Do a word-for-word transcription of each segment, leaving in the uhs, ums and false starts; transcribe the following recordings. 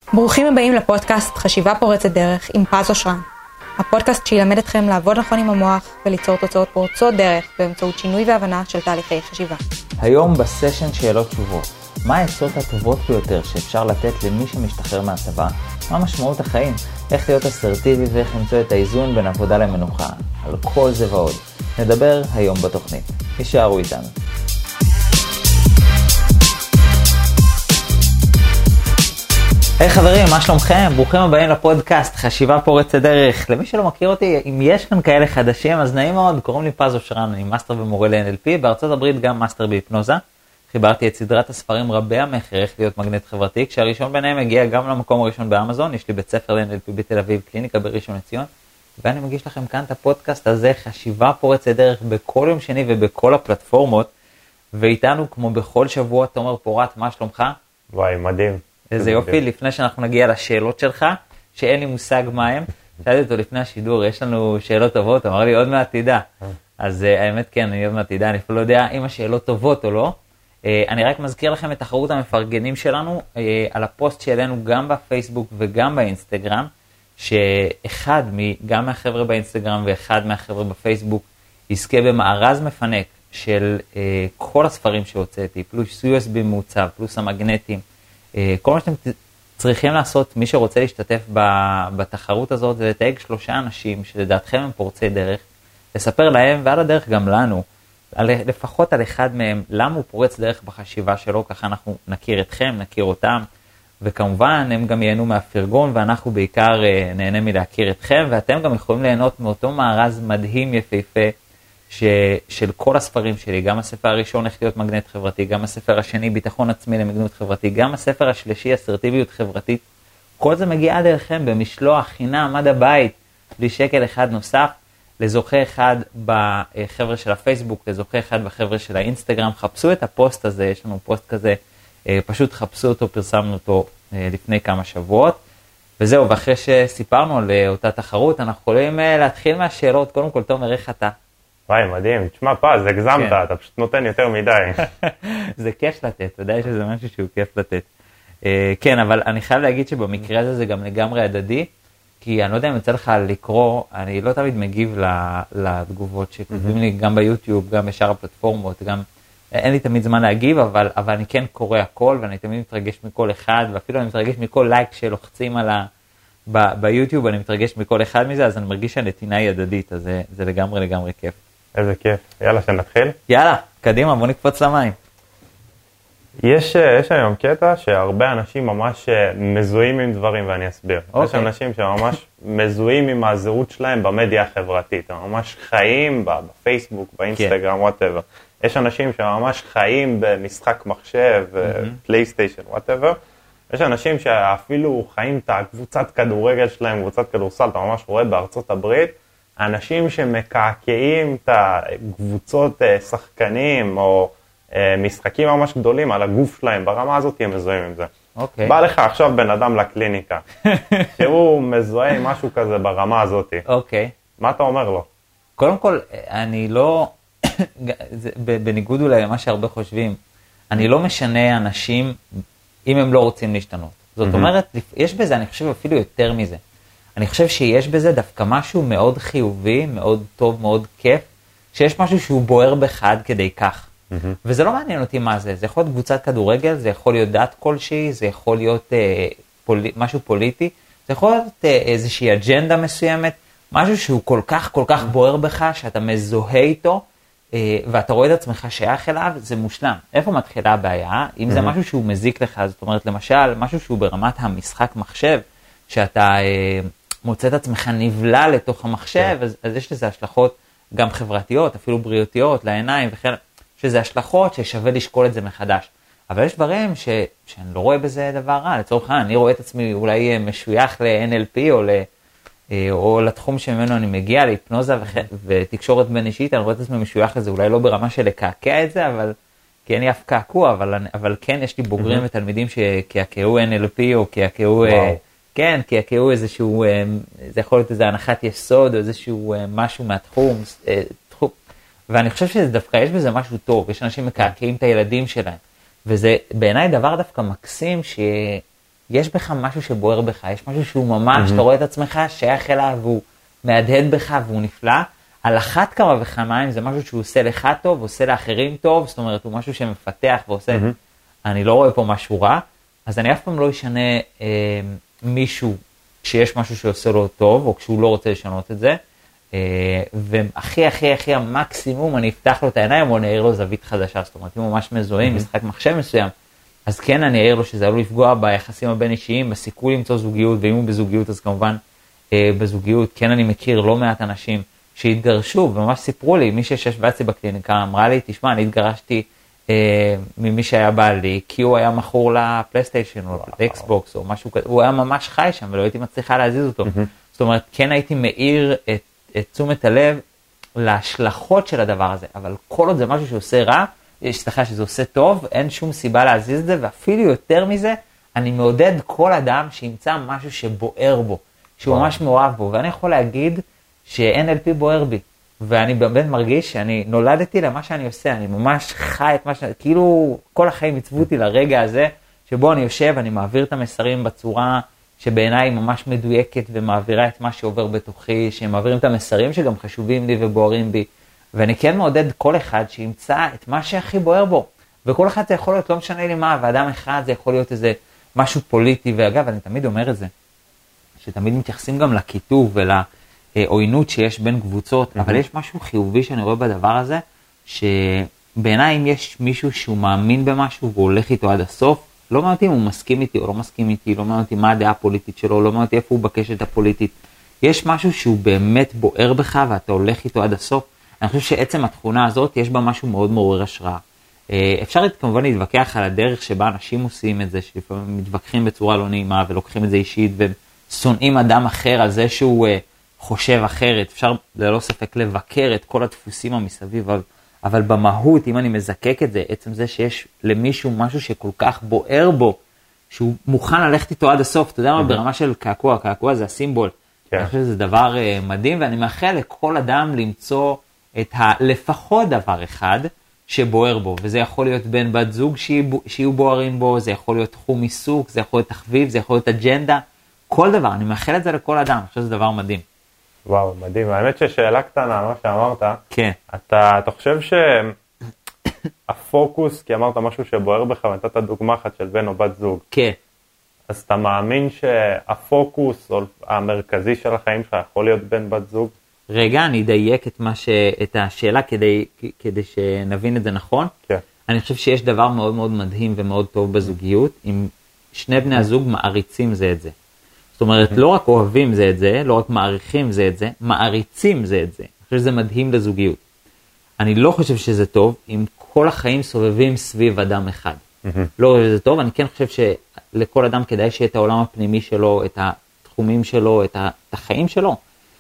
ברוכים הבאים לפודקאסט חשיבה פורצת דרך עם פז אושרן. הפודקאסט שילמד אתכם לעבוד נכון עם המוח וליצור תוצאות פורצות דרך באמצעות שינוי והבנה של תהליכי חשיבה. היום בסשן שאלות תשובות. מה העצות הטובות ביותר שאפשר לתת למי שמשתחרר מהצבא? מה משמעות החיים? איך להיות אסרטיבי ואיך למצוא את האיזון בין עבודה למנוחה? על כל זה ועוד. נדבר היום בתוכנית. נשארו איתנו. היי hey, חברים, מה שלומכם? ברוכים הבאים לפודקאסט חשיבה פורצת דרך. למי שלא מכיר אותי, אם יש כאן כאלה חדשים, אז נעים מאוד, קוראים לי פז אושרן, אני מאסטר ומורה ל-אן אל פי, בארצות הברית גם מאסטר בהיפנוזה. חיברתי את סדרת הספרים רבי המחר, איך להיות מגנט חברתי, כשהראשון ביניהם הגיע גם למקום הראשון באמזון, יש לי בית ספר ל-אן אל פי בתל אביב, קליניקה בראשון לציון, ואני מגיש לכם כאן את הפודקאסט הזה, חשיבה פורצת דרך, בכל יום שני ובכל הפלטפורמות, ואיתנו כמו בכל שבוע, תומר פורט, מה שלומך? וואי, מדהים. איזה יופי, לפני שאנחנו נגיע לשאלות שלך, שאין לי מושג מה הם, שאלתי אותו לפני השידור, יש לנו שאלות טובות, אמר לי עוד מעט תדע. אז האמת כן, אני עוד מעט תדע, אני אפילו לא יודע אם השאלות טובות או לא. אני רק מזכיר לכם את תחרות המפרגנים שלנו, על הפוסט שלנו גם בפייסבוק וגם באינסטגרם, שאחד גם מהחבר'ה באינסטגרם ואחד מהחבר'ה בפייסבוק, יזכה במארז מפנק של כל הספרים שהוצאתי, פלוס יו אס בי מעוצב, פלוס המגנטים, כל מה שאתם צריכים לעשות, מי שרוצה להשתתף בתחרות הזאת, זה לתייג שלושה אנשים שלדעתכם הם פורצי דרך, לספר להם ועל הדרך גם לנו, לפחות על אחד מהם, למה הוא פורץ דרך בחשיבה שלו, ככה אנחנו נכיר אתכם, נכיר אותם, וכמובן הם גם ייהנו מהפרגון, ואנחנו בעיקר נהנה מלהכיר אתכם, ואתם גם יכולים ליהנות מאותו מארז מדהים יפהפה, ש... של כל הספרים שלי, גם הספר הראשון איך להיות מגנט חברתי, גם הספר השני ביטחון עצמי למגנות חברתי, גם הספר השלישי אסרטיביות חברתית, כל זה מגיע עד אליכם במשלוח חינם עד הבית, בלי שקל אחד נוסף, לזוכה אחד בחבר'ה של הפייסבוק, לזוכה אחד בחבר'ה של האינסטגרם, חפשו את הפוסט הזה, יש לנו פוסט כזה, פשוט חפשו אותו, פרסמנו אותו לפני כמה שבועות, וזהו, ואחרי שסיפרנו על אותה תחרות, אנחנו יכולים להתחיל מהשאלות, קודם כל תומר, איך אתה? וואי, מדהים. תשמע, פז, הגזמת, אתה פשוט נותן יותר מדי. זה כיף לתת, אתה יודע שזה משהו שהוא כיף לתת. כן, אבל אני חייב להגיד שבמקרה הזה זה גם לגמרי הדדי, כי אני לא יודע אם יוצא לך לקרוא, אני לא תמיד מגיב לתגובות שכותבים לי גם ביוטיוב, גם בשאר הפלטפורמות, גם אין לי תמיד זמן להגיב, אבל, אבל אני כן קורא הכל, ואני תמיד מתרגש מכל אחד, ואפילו אני מתרגש מכל לייק שלוחצים על ה... ב- ביוטיוב, אני מתרגש מכל אחד מזה, אז אני מרגיש שהנתינה היא הדדית, אז זה, זה לגמרי לגמרי כיף. איזה כיף. יאללה, שנתחיל? יאללה, קדימה, בוא נקפוץ למים. יש, יש היום קטע שהרבה אנשים ממש מזוהים עם דברים, ואני אסביר. Okay. יש אנשים שממש מזוהים עם הזהות שלהם במדיה החברתית. הם ממש חיים בפייסבוק, באינסטגרם, okay. whatever. יש אנשים שממש חיים במשחק מחשב, mm-hmm. פלייסטיישן, whatever. יש אנשים שאפילו חיים את הקבוצת כדורגל שלהם, קבוצת כדורסל, אתה ממש רואה בארצות הברית, אנשים שמקעקעים את הקבוצות שחקנים או משחקים ממש גדולים על הגוף שלהם, ברמה הזאת הם מזוהים עם זה. אוקיי. בא לך עכשיו בן אדם לקליניקה, שהוא מזוהה עם משהו כזה ברמה הזאת. אוקיי. מה אתה אומר לו? קודם כל, אני לא, בניגוד אולי למה שהרבה חושבים, אני לא משנה אנשים אם הם לא רוצים להשתנות. זאת אומרת, יש בזה, אני חושב אפילו יותר מזה. אני חושב שיש בזה דווקא משהו מאוד חיובי, מאוד טוב, מאוד כיף, שיש משהו שהוא בוער בך עד כדי כך. Mm-hmm. וזה לא מעניין אותי מה זה, זה יכול להיות קבוצת כדורגל, זה יכול להיות דת כלשהי, זה יכול להיות אה, פול... משהו פוליטי, זה יכול להיות אה, איזושהי אג'נדה מסוימת, משהו שהוא כל כך כל כך בוער בך, שאתה מזוהה איתו, אה, ואתה רואה את עצמך שייך אליו, זה מושלם. איפה מתחילה הבעיה? אם mm-hmm. זה משהו שהוא מזיק לך, זאת אומרת, למשל, משהו שהוא ברמת המשחק מחשב, שאתה אה, מוצא את עצמך נבלה לתוך המחשב, אז, אז יש לזה השלכות גם חברתיות, אפילו בריאותיות, לעיניים וכן, שזה השלכות ששווה לשקול את זה מחדש. אבל יש דברים ש, שאני לא רואה בזה דבר רע. לצורך העניין, אני רואה את עצמי אולי משוייך ל-אן אל פי או, ל, או לתחום שממנו אני מגיע, להיפנוזה וכן, ותקשורת בין אישית, אני רואה את עצמי משוייך לזה, אולי לא ברמה של לקעקע את זה, אבל כי אין לי אף קעקוע, אבל, אבל כן יש לי בוגרים ותלמידים שקעקעו אן אל פי או קעקעו... כן, כי הקראו איזשהו, זה יכול להיות איזו הנחת יסוד, או איזשהו משהו מהתחום, תחום. ואני חושב שדווקא יש בזה משהו טוב, יש אנשים מקעקעים את הילדים שלהם, וזה בעיניי דבר דווקא מקסים, יש בך משהו שבוער בך, יש משהו שהוא ממש, אתה רואה את עצמך שייך אליו, והוא מהדהד בך והוא נפלא. על אחת כמה וכמה, אם זה משהו שהוא עושה לך טוב, עושה לאחרים טוב, זאת אומרת, הוא משהו שמפתח ועושה, אני לא רואה פה משהו רע, אז אני אף פעם לא אשנה אה, מישהו שיש משהו שעושה לו טוב, או כשהוא לא רוצה לשנות את זה, אה, והכי הכי הכי המקסימום, אני אפתח לו את העיניים, או אני אעיר לו זווית חדשה, זאת אומרת, אם הוא ממש מזוהים, משחק מחשב מסוים, אז כן אני אעיר לו שזה עלול לפגוע ביחסים הבין אישיים, בסיכוי למצוא זוגיות, ואם הוא בזוגיות, אז כמובן אה, בזוגיות, כן אני מכיר לא מעט אנשים שהתגרשו, וממש סיפרו לי, מי שישבה אצלי בקליניקה, אמרה לי, תשמע, אני התגרשתי אה, ממי שהיה בעלי, כי הוא היה מכור לפלייסטיישן, או לאקסבוקס, או משהו כזה, הוא היה ממש חי שם, ולא הייתי מצליחה להזיז אותו. Mm-hmm. זאת אומרת, כן הייתי מאיר את, את תשומת הלב להשלכות של הדבר הזה, אבל כל עוד זה משהו שעושה רע, סליחה שזה עושה טוב, אין שום סיבה להזיז את זה, ואפילו יותר מזה, אני מעודד כל אדם שימצא משהו שבוער בו, שהוא וואו. ממש מאוהב בו, ואני יכול להגיד ש-אן אל פי בוער בי, ואני באמת מרגיש שאני נולדתי למה שאני עושה, אני ממש חי את מה ש... כאילו כל החיים עיצבו אותי לרגע הזה, שבו אני יושב, אני מעביר את המסרים בצורה שבעיניי היא ממש מדויקת, ומעבירה את מה שעובר בתוכי, שהם מעבירים את המסרים שגם חשובים לי ובוערים בי, ואני כן מעודד כל אחד שימצא את מה שהכי בוער בו, וכל אחד זה יכול להיות, לא משנה לי מה, ואדם אחד זה יכול להיות איזה משהו פוליטי, ואגב, אני תמיד אומר את זה, שתמיד מתייחסים גם לכיתוב ולעוינות שיש בין קבוצות, אבל יש משהו חיובי שאני רואה בדבר הזה, שבעיניי אם יש מישהו שהוא מאמין במשהו והוא הולך איתו עד הסוף, לא מעניין אותי אם הוא מסכים איתי או לא מסכים איתי, לא מעניין אותי מה הדעה הפוליטית שלו, לא מעניין אותי איפה הוא בקשת הפוליטית, יש משהו שהוא באמת בוער בך ואתה הולך איתו עד הסוף, אני חושב שעצם התכונה הזאת יש בה משהו מאוד מעורר השראה. אפשר כמובן להתווכח על הדרך שבה אנשים עושים את זה, שלפעמים מתווכחים בצורה לא נעימה ולוקחים את זה אישית ושונאים אדם אחר על זה שהוא חושב אחרת. אפשר ללא ספק לבקר את כל הדפוסים המסביב, אבל, אבל במהות, אם אני מזקק את זה, עצם זה שיש למישהו משהו שכל כך בוער בו, שהוא מוכן ללכת איתו עד הסוף, אתה יודע מה, ברמה של קעקוע, קעקוע זה הסימבול. אני חושב שזה דבר מדהים, ואני מאחל לכל אדם למצוא את הלפחות דבר אחד שבוער בו, וזה יכול להיות בן בת זוג שיהיו בוערים בו, זה יכול להיות תחום עיסוק, זה יכול להיות תחביב, זה יכול להיות אג'נדה, כל דבר, אני מאחל את זה לכל אדם, אני חושב שזה דבר מדהים. וואו, מדהים, האמת ששאלה קטנה, מה שאמרת, כן. אתה, אתה חושב שהפוקוס, כי אמרת משהו שבוער בך, ונתת דוגמה אחת של בן או בת זוג, כן. אז אתה מאמין שהפוקוס או המרכזי של החיים שלך יכול להיות בן בת זוג? רגע, אני אדייק את, ש... את השאלה כדי, כדי שנבין את זה נכון. כן. אני חושב שיש דבר מאוד מאוד מדהים ומאוד טוב בזוגיות, אם שני בני הזוג מעריצים זה את זה. זאת אומרת, לא רק אוהבים זה את זה, לא רק מעריכים זה את זה, מעריצים זה את זה. אני חושב שזה מדהים לזוגיות. אני לא חושב שזה טוב אם כל החיים סובבים סביב אדם אחד. לא חושב שזה טוב, אני כן חושב שלכל אדם כדאי שיהיה את העולם הפנימי שלו, את התחומים שלו, את החיים שלו.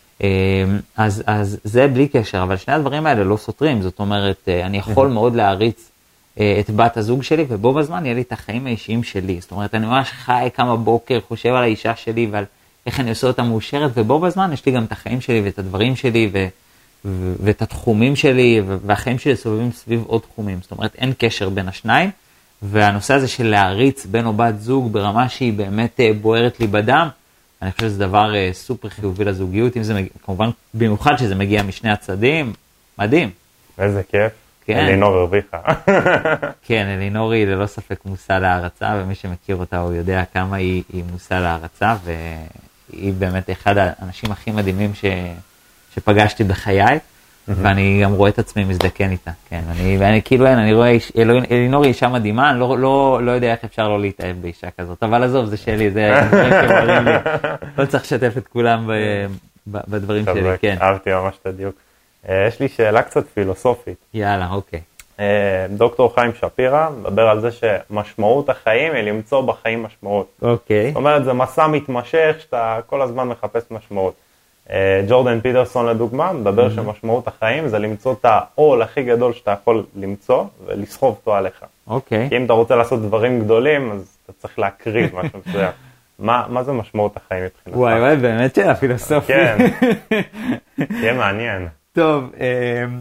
אז, אז זה בלי קשר, אבל שני הדברים האלה לא סותרים, זאת אומרת, אני יכול מאוד להריץ את בת הזוג שלי, ובו בזמן יהיה לי את החיים האישיים שלי, זאת אומרת, אני ממש חי כמה בוקר, חושב על האישה שלי ועל איך אני עושה אותה מאושרת, ובו בזמן יש לי גם את החיים שלי ואת הדברים שלי ו, ו, ואת התחומים שלי, והחיים שלי סובבים סביב עוד תחומים, זאת אומרת, אין קשר בין השניים, והנושא הזה של להריץ בן או בת זוג ברמה שהיא באמת בוערת לי בדם, אני חושב שזה דבר uh, סופר חיובי לזוגיות, אם זה מגיע, כמובן במיוחד שזה מגיע משני הצדדים, מדהים. איזה כיף. כן. אלינור הרוויחה. כן, אלינור היא ללא ספק מושא להערצה, ומי שמכיר אותה הוא יודע כמה היא, היא מושא להערצה, והיא באמת אחד האנשים הכי מדהימים ש, שפגשתי בחיי, ואני גם רואה את עצמי מזדקן איתה. כן, אני, ואני כאילו אין, אני רואה, אלינור היא אישה מדהימה, אני לא, לא, לא יודע איך אפשר לא להתאהב באישה כזאת, אבל עזוב, זה שלי, זה דברים לי, לא צריך לשתף את כולם בדברים שלי, כן. אהבתי ממש את הדיוק. יש לי שאלה קצת פילוסופית. יאללה, אוקיי. דוקטור חיים שפירא מדבר על זה שמשמעות החיים היא למצוא בחיים משמעות. אוקיי. זאת אומרת, זה מסע מתמשך שאתה כל הזמן מחפש משמעות. ג'ורדן פיטרסון לדוגמה, מדבר שמשמעות החיים זה למצוא את העול הכי גדול שאתה יכול למצוא ולסחוב אותו עליך. אוקיי. כי אם אתה רוצה לעשות דברים גדולים, אז אתה צריך להקריב משהו מסוים. מה, מה זה משמעות החיים מבחינתך? וואי וואי, באמת שאלה פילוסופית. כן, תהיה מעניין. טוב,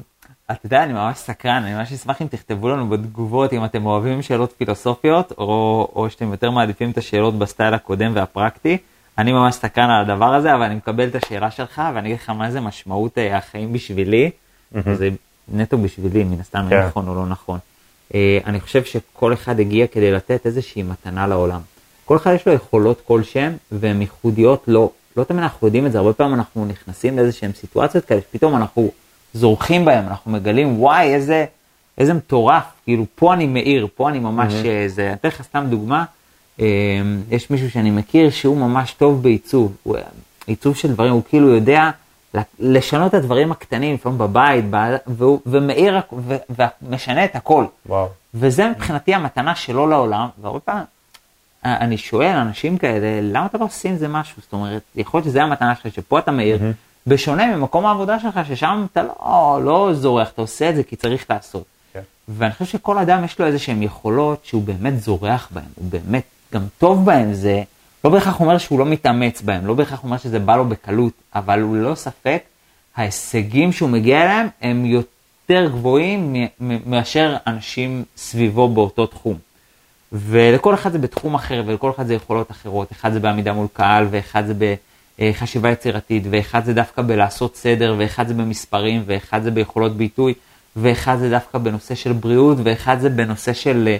אתה יודע, אני ממש סקרן, אני ממש אשמח אם תכתבו לנו בתגובות אם אתם אוהבים שאלות פילוסופיות, או, או שאתם יותר מעדיפים את השאלות בסטייל הקודם והפרקטי. אני ממש סקרן על הדבר הזה, אבל אני מקבל את השאלה שלך, ואני אגיד לך מה זה משמעות החיים בשבילי, זה נטו בשבילי, מן הסתם, כן. נכון או לא נכון. אני חושב שכל אחד הגיע כדי לתת איזושהי מתנה לעולם. כל אחד יש לו יכולות כלשהם, והן ייחודיות לא, לא תמיד אנחנו יודעים את זה, הרבה פעמים אנחנו נכנסים לאיזשהם סיטואציות כאלה, שפתאום אנחנו זורחים בהם, אנחנו מגלים, וואי, איזה, איזה מטורף, כאילו, פה אני מאיר, פה אני ממש, mm-hmm. זה, אני אתן לך סתם דוגמה, יש מישהו שאני מכיר שהוא ממש טוב בעיצוב, הוא, עיצוב של דברים, הוא כאילו יודע לשנות את הדברים הקטנים, לפעמים בבית, והוא, ומאיר, ו, ומשנה את הכל. וואו. וזה מבחינתי המתנה שלו לעולם, והרבה פעמים, אני שואל אנשים כאלה, למה אתה לא עושים זה משהו? זאת אומרת, יכול להיות שזה המתנה שלך, שפה אתה מאיר, mm-hmm. בשונה ממקום העבודה שלך, ששם אתה לא, לא זורח, אתה עושה את זה כי צריך לעשות. Okay. ואני חושב שכל אדם יש לו איזה שהם יכולות שהוא באמת זורח בהם, הוא באמת גם טוב בהם, זה לא בהכרח אומר שהוא לא מתאמץ בהם, לא בהכרח אומר שזה בא לו בקלות, אבל הוא לא ספק, ההישגים שהוא מגיע אליהם הם יותר גבוהים מאשר אנשים סביבו באותו תחום. ולכל אחד זה בתחום אחר, ולכל אחד זה יכולות אחרות, אחד זה בעמידה מול קהל, ואחד זה בחשיבה יצירתית, ואחד זה דווקא בלעשות סדר, ואחד זה במספרים, ואחד זה ביכולות ביטוי, ואחד זה דווקא בנושא של בריאות, ואחד זה בנושא של,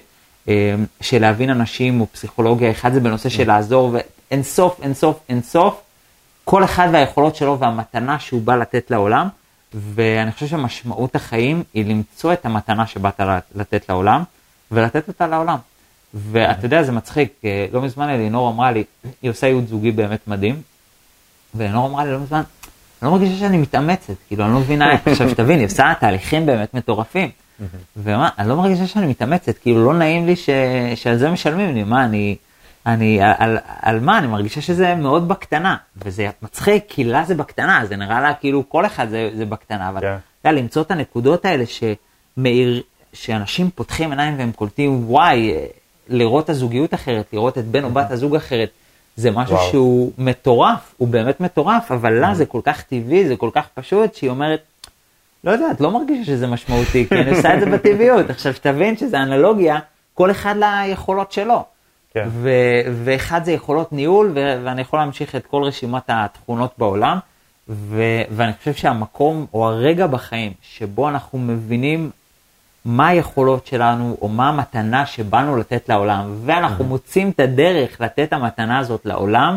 של להבין אנשים או פסיכולוגיה, אחד זה בנושא של לעזור, ואין סוף, אין סוף, אין סוף, כל אחד והיכולות שלו והמתנה שהוא בא לתת לעולם, ואני חושב שמשמעות החיים היא למצוא את המתנה שבאת לתת לעולם, ולתת אותה לעולם. ואתה יודע, זה מצחיק, לא מזמן אלינור אמרה לי, היא עושה ייעוץ זוגי באמת מדהים, ואלינור אמרה לי לא מזמן, אני לא מרגישה שאני מתאמצת, כאילו אני לא מבינה, עכשיו שתבין, היא עושה תהליכים באמת מטורפים, ומה, אני לא מרגישה שאני מתאמצת, כאילו לא נעים לי ש, שעל זה משלמים לי, מה, אני, אני, על, על מה, אני מרגישה שזה מאוד בקטנה, וזה מצחיק, כי לה זה בקטנה, זה נראה לה כאילו כל אחד זה, זה בקטנה, אבל אתה יודע, למצוא את הנקודות האלה שמאיר, שאנשים פותחים עיניים והם קולטים, וואי, לראות את הזוגיות אחרת, לראות את בן או בת הזוג אחרת, זה משהו וואו. שהוא מטורף, הוא באמת מטורף, אבל לה זה כל כך טבעי, זה כל כך פשוט, שהיא אומרת, לא יודעת, לא מרגישה שזה משמעותי, כי אני עושה את זה בטבעיות. עכשיו שתבין שזה אנלוגיה, כל אחד ליכולות שלו. כן. ו- ואחד זה יכולות ניהול, ו- ואני יכול להמשיך את כל רשימת התכונות בעולם, ו- ואני חושב שהמקום או הרגע בחיים, שבו אנחנו מבינים מה היכולות שלנו, או מה המתנה שבאנו לתת לעולם, ואנחנו מוצאים את הדרך לתת המתנה הזאת לעולם,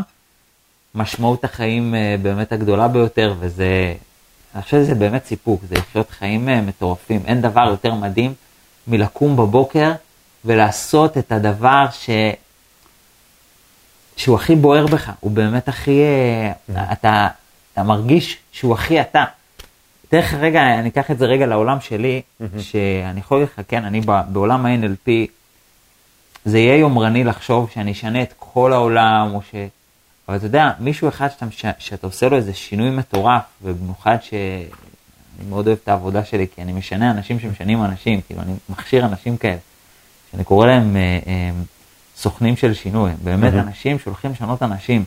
משמעות החיים באמת הגדולה ביותר, וזה, אני חושב שזה באמת סיפוק, זה לחיות חיים מטורפים. אין דבר יותר מדהים מלקום בבוקר, ולעשות את הדבר ש... שהוא הכי בוער בך, הוא באמת הכי, אתה, אתה מרגיש שהוא הכי אתה. דרך רגע, אני אקח את זה רגע לעולם שלי, שאני יכול להגיד לך, כן, אני בעולם ה-אן אל פי, זה יהיה יומרני לחשוב שאני אשנה את כל העולם, או ש... אבל אתה יודע, מישהו אחד שאתה, שאתה עושה לו איזה שינוי מטורף, ובמיוחד שאני מאוד אוהב את העבודה שלי, כי אני משנה אנשים שמשנים אנשים, כאילו אני מכשיר אנשים כאלה, שאני קורא להם אה, אה, סוכנים של שינוי, באמת אנשים שהולכים לשנות אנשים,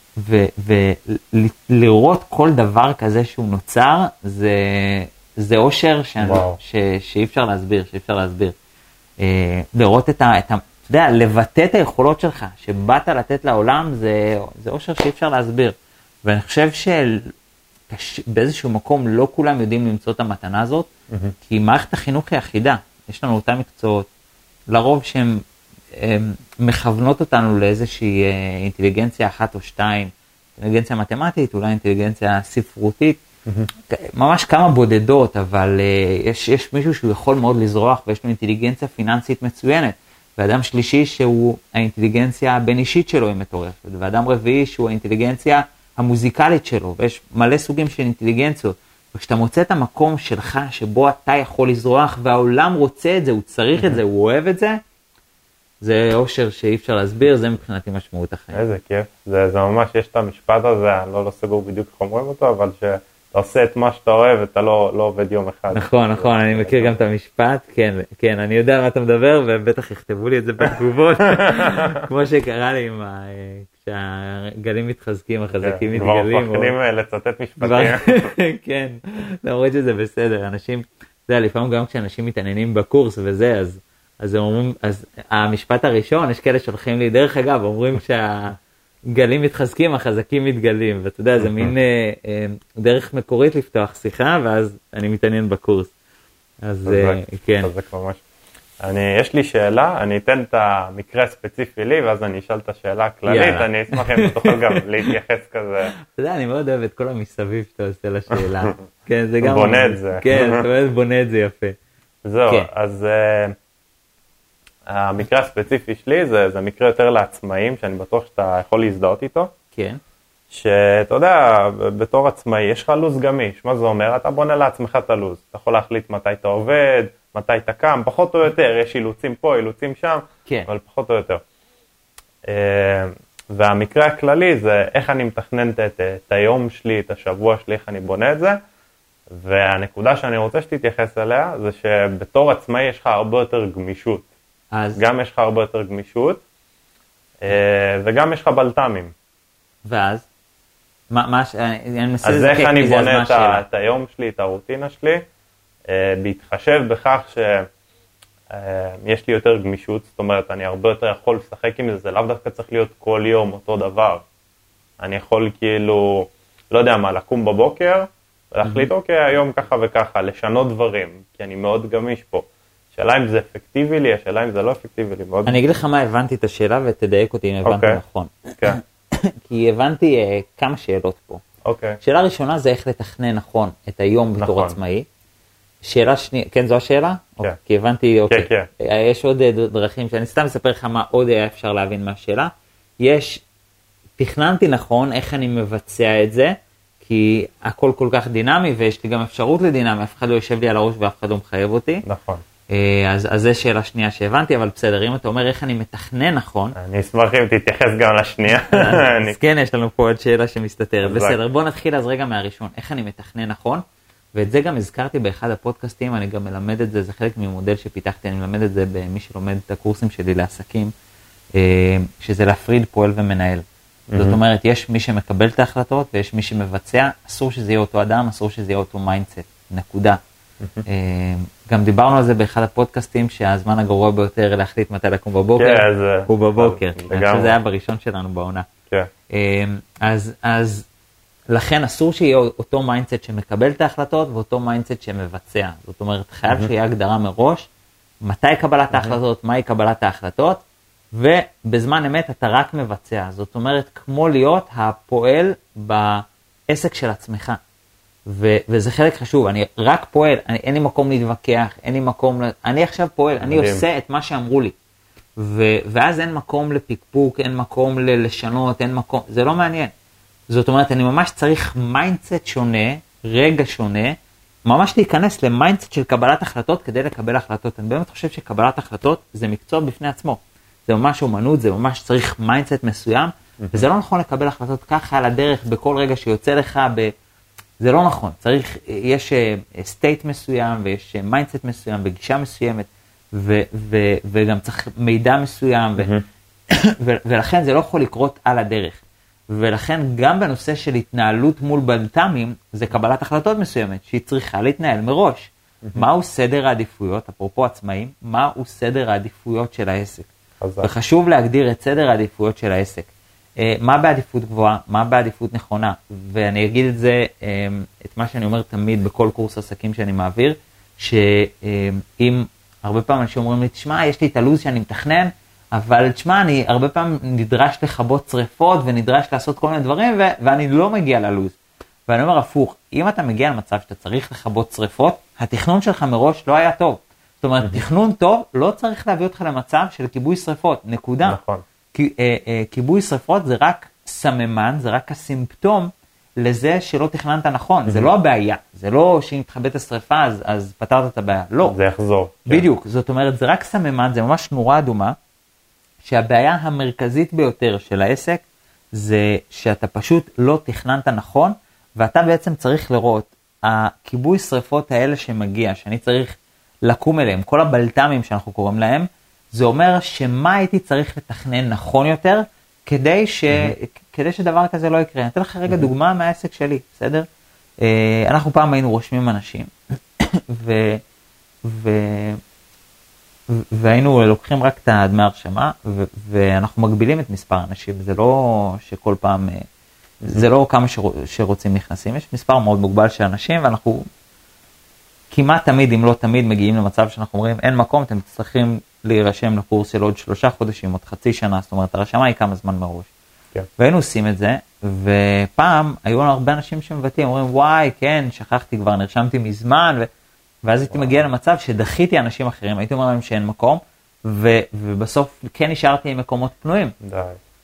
ולראות כל דבר כזה שהוא נוצר, זה, זה אושר שאני, ש, שאי אפשר להסביר, שאי אפשר להסביר. אה, לראות את ה... את ה אתה יודע, לבטא את היכולות שלך, שבאת לתת לעולם, זה, זה אושר שאי אפשר להסביר. ואני חושב שבאיזשהו מקום לא כולם יודעים למצוא את המתנה הזאת, mm-hmm. כי מערכת החינוך היא אחידה. יש לנו אותם מקצועות, לרוב שהן מכוונות אותנו לאיזושהי אינטליגנציה אחת או שתיים, אינטליגנציה מתמטית, אולי אינטליגנציה ספרותית, mm-hmm. ממש כמה בודדות, אבל יש, יש מישהו שהוא יכול מאוד לזרוח, ויש לו אינטליגנציה פיננסית מצוינת. ואדם שלישי שהוא האינטליגנציה הבין אישית שלו היא מטורפת, ואדם רביעי שהוא האינטליגנציה המוזיקלית שלו, ויש מלא סוגים של אינטליגנציות, וכשאתה מוצא את המקום שלך שבו אתה יכול לזרוח, והעולם רוצה את זה, הוא צריך את זה, הוא אוהב את זה, זה אושר שאי אפשר להסביר, זה מבחינתי משמעות החיים. איזה כיף, זה, זה ממש, יש את המשפט הזה, אני לא, לא סגור בדיוק איך אומרים אותו, אבל ש... אתה עושה את מה שאתה אוהב, אתה לא, לא עובד יום אחד. נכון, נכון, אני מכיר גם את המשפט, כן, כן, אני יודע מה אתה מדבר, ובטח יכתבו לי את זה בתגובות, כמו שקרה לי עם ה... כשהגלים מתחזקים, החזקים מתגלים. כבר מפחדים לצטט משפטים. כן, למרות שזה בסדר, אנשים, אתה יודע, לפעמים גם כשאנשים מתעניינים בקורס וזה, אז, אז הם אומרים, אז המשפט הראשון, יש כאלה שהולכים לי, דרך אגב, אומרים שהגלים מתחזקים, החזקים מתגלים, ואתה יודע, זה מין אה, אה, דרך מקורית לפתוח שיחה, ואז אני מתעניין בקורס. אז אה, כן. זה ממש. אני, יש לי שאלה, אני אתן את המקרה הספציפי לי, ואז אני אשאל את השאלה הכללית, אני אשמח אם תוכל גם להתייחס כזה. אתה יודע, אני מאוד אוהב את כל המסביב שאתה עושה לשאלה. כן, זה גם... בונה את זה. כן, אתה באמת בונה את זה יפה. זהו, אז המקרה הספציפי שלי, זה מקרה יותר לעצמאים, שאני בטוח שאתה יכול להזדהות איתו. כן. שאתה יודע, בתור עצמאי, יש לך לוז גמיש. מה זה אומר? אתה בונה לעצמך את הלוז. אתה יכול להחליט מתי אתה עובד, מתי אתה קם, פחות או יותר, יש אילוצים פה, אילוצים שם, כן. אבל פחות או יותר. והמקרה הכללי זה איך אני מתכננת את, את היום שלי, את השבוע שלי, איך אני בונה את זה, והנקודה שאני רוצה שתתייחס אליה, זה שבתור עצמאי יש לך הרבה יותר גמישות. אז... גם יש לך הרבה יותר גמישות, וגם יש לך בלת"מים. ואז? מה, מה, אני מנסה אז איך אני מזה, בונה אז את, ה, את היום שלי, את הרוטינה שלי, בהתחשב בכך שיש לי יותר גמישות, זאת אומרת, אני הרבה יותר יכול לשחק עם זה, זה לאו דווקא צריך להיות כל יום אותו דבר. אני יכול כאילו, לא יודע מה, לקום בבוקר, ולהחליט, אוקיי, היום ככה וככה, לשנות דברים, כי אני מאוד גמיש פה. השאלה אם זה אפקטיבי לי, השאלה אם זה לא אפקטיבי לי. מאוד... אני אגיד לך מה הבנתי את השאלה, ותדייק אותי אם הבנתי okay. נכון. כן. כי הבנתי uh, כמה שאלות פה. אוקיי. Okay. שאלה ראשונה זה איך לתכנן נכון את היום בתור נכון. עצמאי. שאלה שנייה, כן זו השאלה? כן. Okay. כי הבנתי, אוקיי. כן, כן. יש עוד דרכים שאני סתם אספר לך מה עוד היה אפשר להבין מהשאלה. יש, תכננתי נכון איך אני מבצע את זה, כי הכל כל כך דינמי ויש לי גם אפשרות לדינמי, אף אחד לא יושב לי על הראש ואף אחד לא מחייב אותי. נכון. אז, אז זה שאלה שנייה שהבנתי, אבל בסדר, אם אתה אומר איך אני מתכנן נכון. אני אשמח אם תתייחס גם לשנייה. אז כן, יש לנו פה עוד שאלה שמסתתרת. בסדר, בוא נתחיל אז רגע מהראשון, איך אני מתכנן נכון, ואת זה גם הזכרתי באחד הפודקאסטים, אני גם מלמד את זה, זה חלק ממודל שפיתחתי, אני מלמד את זה במי שלומד את הקורסים שלי לעסקים, שזה להפריד פועל ומנהל. זאת אומרת, יש מי שמקבל את ההחלטות ויש מי שמבצע, אסור שזה יהיה אותו אדם, אסור שזה יהיה אותו מיינדסט, נקודה. גם דיברנו על זה באחד הפודקאסטים שהזמן הגרוע ביותר להחליט מתי לקום בבוקר, הוא בבוקר. אני חושב שזה היה בראשון שלנו בעונה. אז לכן אסור שיהיה אותו מיינדסט שמקבל את ההחלטות ואותו מיינדסט שמבצע. זאת אומרת, חייב שיהיה הגדרה מראש, מתי קבלת ההחלטות, מהי קבלת ההחלטות, ובזמן אמת אתה רק מבצע. זאת אומרת, כמו להיות הפועל בעסק של עצמך. ו- וזה חלק חשוב, אני רק פועל, אני, אין לי מקום להתווכח, אין לי מקום, אני עכשיו פועל, אני עושה את מה שאמרו לי. ו- ואז אין מקום לפיקפוק, אין מקום ל- לשנות, אין מקום, זה לא מעניין. זאת אומרת, אני ממש צריך מיינדסט שונה, רגע שונה, ממש להיכנס למיינדסט של קבלת החלטות כדי לקבל החלטות. אני באמת חושב שקבלת החלטות זה מקצוע בפני עצמו. זה ממש אומנות, זה ממש צריך מיינדסט מסוים, וזה לא נכון לקבל החלטות ככה על הדרך בכל רגע שיוצא לך ב... זה לא נכון, צריך, יש סטייט מסוים ויש מיינדסט מסוים וגישה מסוימת ו, ו, וגם צריך מידע מסוים ו, ו, ולכן זה לא יכול לקרות על הדרך. ולכן גם בנושא של התנהלות מול בלת"מים זה קבלת החלטות מסוימת שהיא צריכה להתנהל מראש. מהו סדר העדיפויות, אפרופו עצמאים, מהו סדר העדיפויות של העסק. וחשוב להגדיר את סדר העדיפויות של העסק. מה בעדיפות גבוהה, מה בעדיפות נכונה, ואני אגיד את זה, את מה שאני אומר תמיד בכל קורס עסקים שאני מעביר, שאם הרבה פעמים אנשים אומרים לי, תשמע, יש לי את הלוז שאני מתכנן, אבל תשמע, אני הרבה פעמים נדרש לכבות שריפות, ונדרש לעשות כל מיני דברים, ו- ואני לא מגיע ללוז. ואני אומר הפוך, אם אתה מגיע למצב שאתה צריך לכבות שריפות, התכנון שלך מראש לא היה טוב. זאת אומרת, תכנון טוב לא צריך להביא אותך למצב של כיבוי שריפות, נקודה. נכון. כיבוי שריפות זה רק סממן, זה רק הסימפטום לזה שלא תכננת נכון. זה לא הבעיה, זה לא שאם תכבד את השריפה אז, אז פתרת את הבעיה, לא. זה יחזור. בדיוק, כן. זאת אומרת זה רק סממן, זה ממש נורה אדומה, שהבעיה המרכזית ביותר של העסק זה שאתה פשוט לא תכננת נכון, ואתה בעצם צריך לראות, הכיבוי שריפות האלה שמגיע, שאני צריך לקום אליהם, כל הבלת"מים שאנחנו קוראים להם, זה אומר שמה הייתי צריך לתכנן נכון יותר, כדי, ש... mm-hmm. כדי שדבר כזה לא יקרה. אני אתן לך רגע mm-hmm. דוגמה מהעסק שלי, בסדר? אנחנו פעם היינו רושמים אנשים, ו... והיינו לוקחים רק את דמי הרשמה, ו... ואנחנו מגבילים את מספר האנשים, זה לא שכל פעם, זה לא כמה שרוצ... שרוצים נכנסים, יש מספר מאוד מוגבל של אנשים, ואנחנו כמעט תמיד, אם לא תמיד, מגיעים למצב שאנחנו אומרים, אין מקום, אתם צריכים להירשם לקורס של עוד שלושה חודשים, עוד חצי שנה, זאת אומרת, הרשמה היא כמה זמן מראש. כן. והיינו עושים את זה, ופעם היו לנו הרבה אנשים שמבטאים, אומרים, וואי, כן, שכחתי כבר, נרשמתי מזמן, ו... ואז הייתי מגיע למצב שדחיתי אנשים אחרים, הייתי אומר להם שאין מקום, ו... ובסוף כן נשארתי עם מקומות פנויים. די.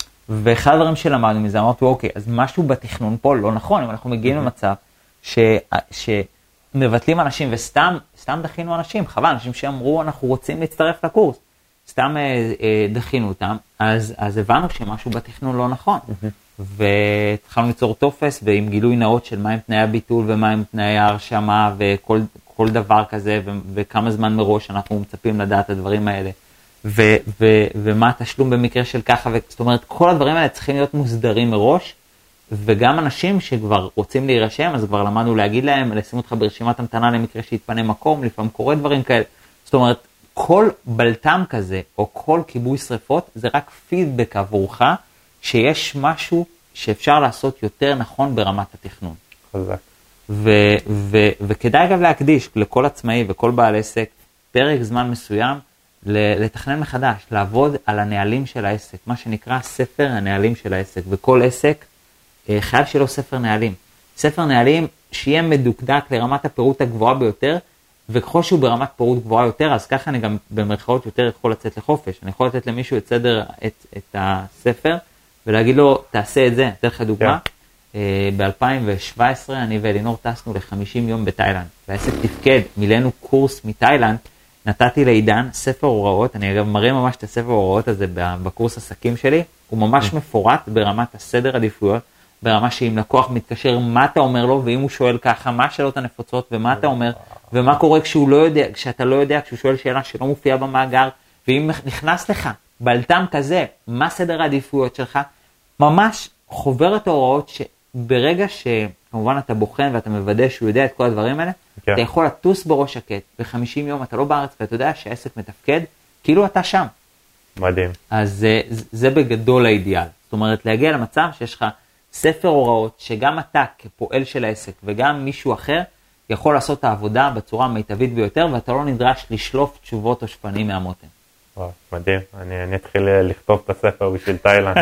ואחד הדברים שלמדנו מזה, אמרתי, אוקיי, אז משהו בתכנון פה לא נכון, אם אנחנו מגיעים למצב ש... ש... מבטלים אנשים, וסתם סתם דחינו אנשים, חבל, אנשים שאמרו, אנחנו רוצים להצטרף לקורס, סתם אה, אה, דחינו אותם, אז, אז הבנו שמשהו בתכנון לא נכון, mm-hmm. והתחלנו ליצור טופס, ועם גילוי נאות של מהם תנאי הביטול, ומהם תנאי ההרשמה, וכל כל דבר כזה, ו, וכמה זמן מראש אנחנו מצפים לדעת את הדברים האלה, ו, ו, ומה התשלום במקרה של ככה, ו, זאת אומרת, כל הדברים האלה צריכים להיות מוסדרים מראש, וגם אנשים שכבר רוצים להירשם, אז כבר למדנו להגיד להם, לשים אותך ברשימת המתנה למקרה שיתפנה מקום, לפעמים קורה דברים כאלה. זאת אומרת, כל בלטם כזה, או כל כיבוי שריפות, זה רק פידבק עבורך, שיש משהו שאפשר לעשות יותר נכון ברמת התכנון. חזק. ו- ו- וכדאי גם להקדיש לכל עצמאי וכל בעל עסק, פרק זמן מסוים, לתכנן מחדש, לעבוד על הנהלים של העסק, מה שנקרא ספר הנהלים של העסק, וכל עסק, חייב שלו ספר נהלים. ספר נהלים שיהיה מדוקדק לרמת הפירוט הגבוהה ביותר, וככל שהוא ברמת פירוט גבוהה יותר, אז ככה אני גם במרכאות יותר יכול לצאת לחופש. אני יכול לתת למישהו את סדר, את, את הספר, ולהגיד לו, תעשה את זה. אתן לך דוגמה. Yeah. ב-אלפיים שבע עשרה אני ואלינור טסנו ל-חמישים יום בתאילנד. והעסק תפקד, מילאנו קורס מתאילנד, נתתי לעידן ספר הוראות, אני אגב מראה ממש את הספר הוראות הזה בקורס עסקים שלי, הוא ממש yeah. מפורט ברמת הסדר עדיפויות, ברמה שאם לקוח מתקשר, מה אתה אומר לו, ואם הוא שואל ככה, מה השאלות הנפוצות, ומה אתה אומר, ומה קורה כשהוא לא יודע, כשאתה לא יודע, כשהוא שואל שאלה שלא מופיעה במאגר, ואם נכנס לך בלטם כזה, מה סדר העדיפויות שלך, ממש חובר את ההוראות שברגע שכמובן אתה בוחן ואתה מוודא שהוא יודע את כל הדברים האלה, כן. אתה יכול לטוס בראש שקט, ב-חמישים יום אתה לא בארץ, ואתה יודע שהעסק מתפקד, כאילו אתה שם. מדהים. אז זה, זה בגדול האידיאל. זאת אומרת, להגיע למצב שיש לך ספר הוראות שגם אתה כפועל של העסק וגם מישהו אחר יכול לעשות את העבודה בצורה המיטבית ביותר, ואתה לא נדרש לשלוף תשובות או שפנים מהמותן. וואו, מדהים. אני, אני אתחיל לכתוב את הספר בשביל תאילנד.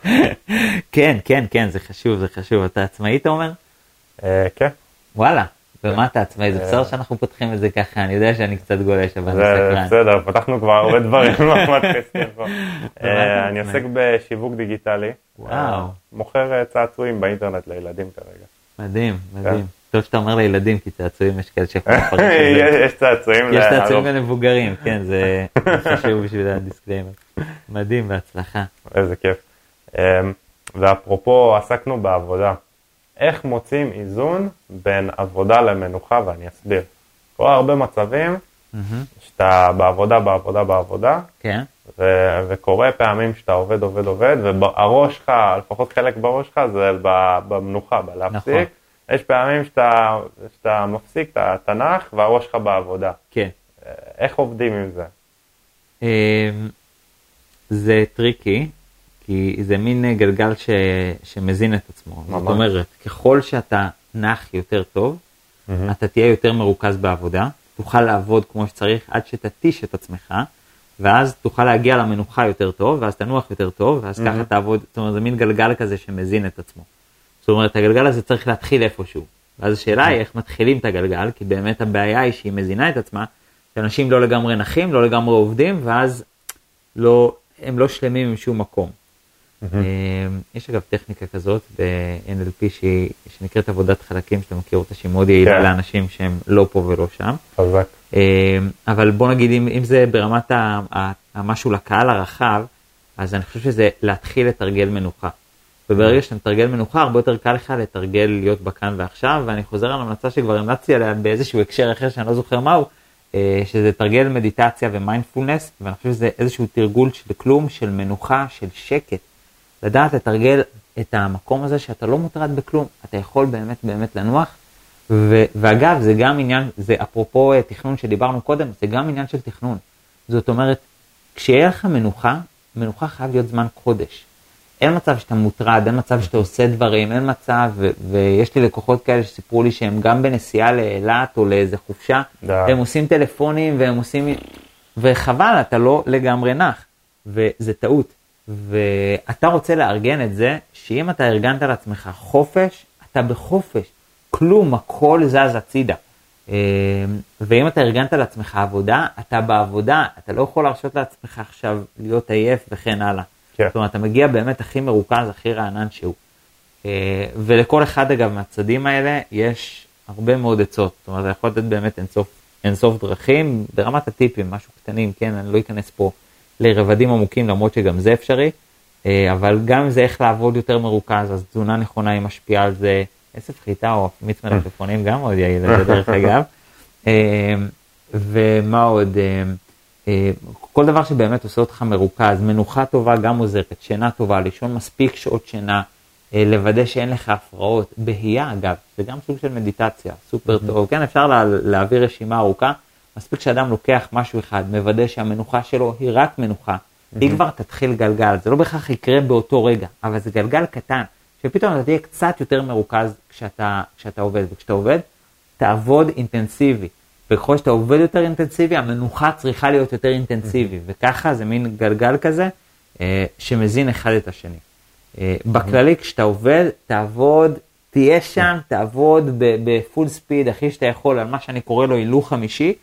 כן, כן, כן, זה חשוב, זה חשוב. אתה עצמאי, אתה אומר? אה, כן. וואלה. ומה אתה עצמאי? זה בסדר שאנחנו פותחים את זה ככה, אני יודע שאני קצת גולש, אבל זה סקרן. בסדר, פתחנו כבר הרבה דברים. אני עוסק בשיווק דיגיטלי. וואו. מוכר צעצועים באינטרנט לילדים כרגע. מדהים, מדהים. טוב שאתה אומר לילדים, כי צעצועים יש כאלה שיכולים לפרק את זה. יש צעצועים. יש צעצועים למבוגרים, כן, זה חשוב בשביל הדיסקליימר. מדהים, בהצלחה. איזה כיף. ואפרופו, עסקנו בעבודה. איך מוצאים איזון בין עבודה למנוחה, ואני אסביר. קורה הרבה מצבים שאתה בעבודה, בעבודה, בעבודה, ו- וקורה פעמים שאתה עובד, עובד, עובד, והראש שלך, לפחות חלק בראש שלך, זה במנוחה, בלהפסיק. נכון. יש פעמים שאתה, שאתה מפסיק את התנ"ך, והראש שלך בעבודה. כן. איך עובדים עם זה? זה טריקי. כי זה מין גלגל ש... שמזין את עצמו. ממש. זאת אומרת, ככל שאתה נח יותר טוב, mm-hmm. אתה תהיה יותר מרוכז בעבודה, תוכל לעבוד כמו שצריך עד שתתיש את עצמך, ואז תוכל להגיע למנוחה יותר טוב, ואז תנוח יותר טוב, ואז mm-hmm. ככה תעבוד, זאת אומרת, זה מין גלגל כזה שמזין את עצמו. זאת אומרת, הגלגל הזה צריך להתחיל איפשהו. ואז השאלה היא איך מתחילים את הגלגל, כי באמת הבעיה היא שהיא מזינה את עצמה, שאנשים לא לגמרי נחים, לא לגמרי עובדים, ואז לא, הם לא שלמים עם שום מקום. יש אגב טכניקה כזאת ב-אן אל פי שנקראת עבודת חלקים, שאתה מכיר אותה, שהיא מאוד יעילה לאנשים שהם לא פה ולא שם. חזק. אבל בוא נגיד, אם זה ברמת המשהו לקהל הרחב, אז אני חושב שזה להתחיל לתרגל מנוחה. וברגע שאתה מתרגל מנוחה, הרבה יותר קל לך לתרגל להיות בכאן ועכשיו, ואני חוזר על המלצה שכבר המלצתי עליה באיזשהו הקשר אחר שאני לא זוכר מהו, שזה תרגל מדיטציה ומיינדפולנס, ואני חושב שזה איזשהו תרגול של כלום, של מנוחה, של שקט. לדעת לתרגל את המקום הזה שאתה לא מוטרד בכלום, אתה יכול באמת באמת לנוח, ו- ואגב, זה גם עניין, זה אפרופו תכנון שדיברנו קודם, זה גם עניין של תכנון. זאת אומרת, כשיהיה לך מנוחה, מנוחה חייב להיות זמן קודש. אין מצב שאתה מוטרד, אין מצב שאתה עושה דברים, אין מצב, ו- ויש לי לקוחות כאלה שסיפרו לי שהם גם בנסיעה לאילת או לאיזה חופשה, דה. הם עושים טלפונים והם עושים, וחבל, אתה לא לגמרי נח, וזה טעות. ואתה רוצה לארגן את זה, שאם אתה ארגנת לעצמך חופש, אתה בחופש, כלום, הכל זז הצידה. ואם אתה ארגנת לעצמך עבודה, אתה בעבודה, אתה לא יכול להרשות לעצמך עכשיו להיות עייף וכן הלאה. כן. זאת אומרת, אתה מגיע באמת הכי מרוכז, הכי רענן שהוא. ולכל אחד אגב מהצדים האלה, יש הרבה מאוד עצות. זאת אומרת, אתה יכול לתת באמת אינסוף, אינסוף דרכים, ברמת הטיפים, משהו קטנים, כן, אני לא אכנס פה לרבדים עמוקים, למרות שגם זה אפשרי, אבל גם זה איך לעבוד יותר מרוכז, אז תזונה נכונה היא משפיעה על זה, עשב חיטה או מיץ מלפפונים גם מאוד יעיל, זה דרך אגב. ומה עוד, כל דבר שבאמת עושה אותך מרוכז, מנוחה טובה גם עוזרת, שינה טובה, לישון מספיק שעות שינה, לוודא שאין לך הפרעות, בהייה אגב, זה גם סוג של מדיטציה, סופר טוב, כן, אפשר לה, להעביר רשימה ארוכה, מספיק שאדם לוקח משהו אחד, מוודא שהמנוחה שלו היא רק מנוחה, היא כבר תתחיל גלגל, זה לא בכך יקרה באותו רגע, אבל זה גלגל קטן, שפתאום אתה תהיה קצת יותר מרוכז כשאתה, כשאתה עובד, וכשאתה עובד, תעבוד אינטנסיבי, וככל שאתה עובד יותר אינטנסיבי, המנוחה צריכה להיות יותר אינטנסיבי, וככה זה מין גלגל כזה, שמזין אחד את השני. בכללי, כשאתה עובד, תעבוד, תהיה שם, תעבוד בפול ספיד, הכי שאתה יכול, על מה שאני קורא לו הילוך חמישי,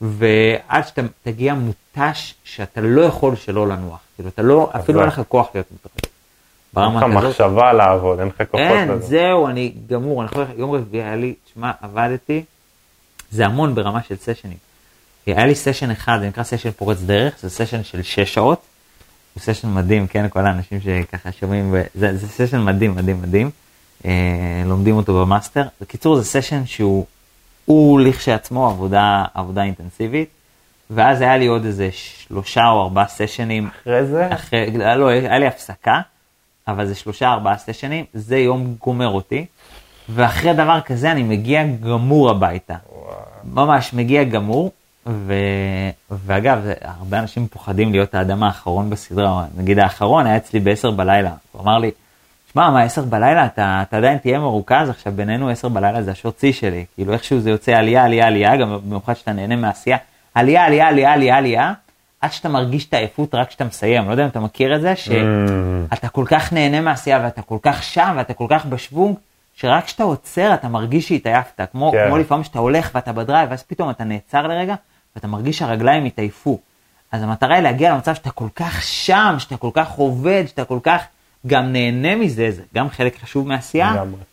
ועד שאתה תגיע מוטש, שאתה לא יכול שלא לנוח. כאילו, אתה לא, אפילו אין לך כוח להיות מוטש. אין לך מחשבה לעבוד, אין לך כוחות לזה. אין, זהו, אני גמור, אני יכול, יום רביעי היה לי, שמה, עבדתי, זה המון ברמה של סשנים. היה לי סשן אחד, זה נקרא סשן פורץ דרך, זה סשן של שש שעות, הוא סשן מדהים, כן, כל האנשים שככה שומעים, זה, זה סשן מדהים, מדהים, מדהים, אה, לומדים אותו במאסטר. בקיצור, זה סשן שהוא, הוא לכשעצמו עבודה, עבודה אינטנסיבית, ואז היה לי עוד איזה שלושה או ארבעה סשנים. אחרי זה? אחרי, לא, היה לי הפסקה, אבל זה שלושה, ארבעה סשנים, זה יום גומר אותי, ואחרי דבר כזה אני מגיע גמור הביתה. וואו. ממש מגיע גמור, ו... ואגב, הרבה אנשים פוחדים להיות האדם האחרון בסדרה, נגיד האחרון היה אצלי בעשר בלילה, הוא אמר לי, שמע, מה עשר בלילה, אתה, אתה עדיין תהיה מרוכז, עכשיו בינינו עשר בלילה זה השעות צי שלי, כאילו איכשהו זה יוצא עלייה, עלייה, עלייה, גם במיוחד שאתה נהנה מעשייה, עלייה, עלייה, עלייה, עלייה, עלייה, עד שאתה מרגיש את העייפות רק שאתה מסיים, לא יודע אם אתה מכיר את זה, שאתה כל כך נהנה מעשייה, ואתה כל כך שם, ואתה כל כך בשוונג, שרק כשאתה עוצר, אתה מרגיש שהתעייפת, כמו, כן. כמו לפעמים שאתה הולך ואתה בדרייב, ואז פתאום אתה נעצר לרגע, ואתה מרגיש שהרגליים התעייפו. אז המטרה היא להגיע למצב שאתה כל כך שם, שאתה כל כך עובד, שאתה כל כך גם נהנה מזה, זה גם חלק חשוב מעשייה,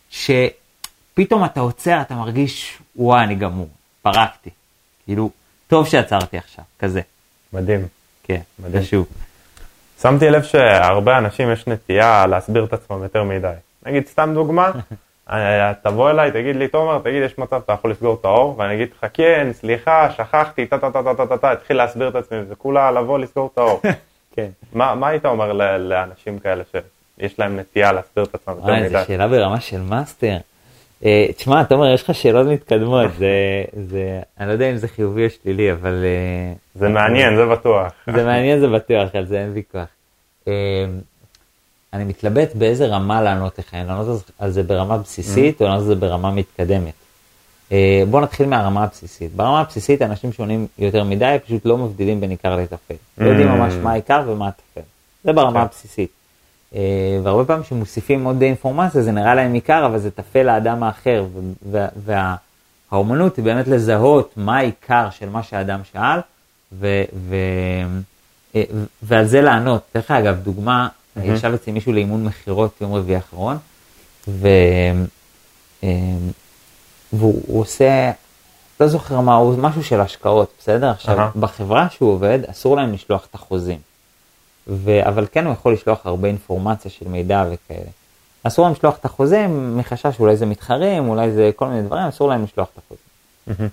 שפתאום אתה עוצר, אתה מרגיש, וואי, אני גמור, פרקתי. כאילו, טוב שעצרתי עכשיו, כזה. מדהים. כן, מדהים. חשוב. שמתי לב שהרבה אנשים יש נטייה להסביר את עצמם יותר מדי. נגיד, סתם דוגמה, תבוא אליי, תגיד לי, תומר, תגיד, יש מצב, אתה יכול לסגור את האור, ואני אגיד לך, כן, סליחה, שכחתי, טה טה טה טה טה טה, התחיל להסביר את עצמי, זה כולה לבוא לסגור את האור. כן. מה היית אומר לאנשים כאלה שיש להם נטייה להסביר את עצמם יותר מדי? זו שאלה ברמה של מאסטר. תשמע, תומר, יש לך שאלות מתקדמות, זה, אני לא יודע אם זה חיובי או שלילי, אבל... זה מעניין, זה בטוח. זה מעניין, זה בטוח, על זה אין ויכוח. אני מתלבט באיזה רמה לענות לך, לענות על זה ברמה בסיסית או לענות על זה ברמה מתקדמת. בואו נתחיל מהרמה הבסיסית. ברמה הבסיסית אנשים שעונים יותר מדי, פשוט לא מבדילים בין עיקר לטפל. לא יודעים ממש מה העיקר ומה הטפל. זה ברמה הבסיסית. והרבה פעמים שמוסיפים עוד אינפורמציה, זה נראה להם עיקר, אבל זה טפל לאדם האחר. והאומנות היא באמת לזהות מה העיקר של מה שהאדם שאל, ועל זה לענות. דרך אגב, דוגמה, ישב אצלי מישהו לאימון מחירות יום רביעי האחרון, והוא עושה, לא זוכר מה, הוא משהו של השקעות, בסדר? עכשיו, בחברה שהוא עובד, אסור להם לשלוח את החוזים. אבל כן הוא יכול לשלוח הרבה אינפורמציה של מידע וכאלה. אסור להם לשלוח את החוזים, מחשש אולי זה מתחרים, אולי זה כל מיני דברים, אסור להם לשלוח את החוזים.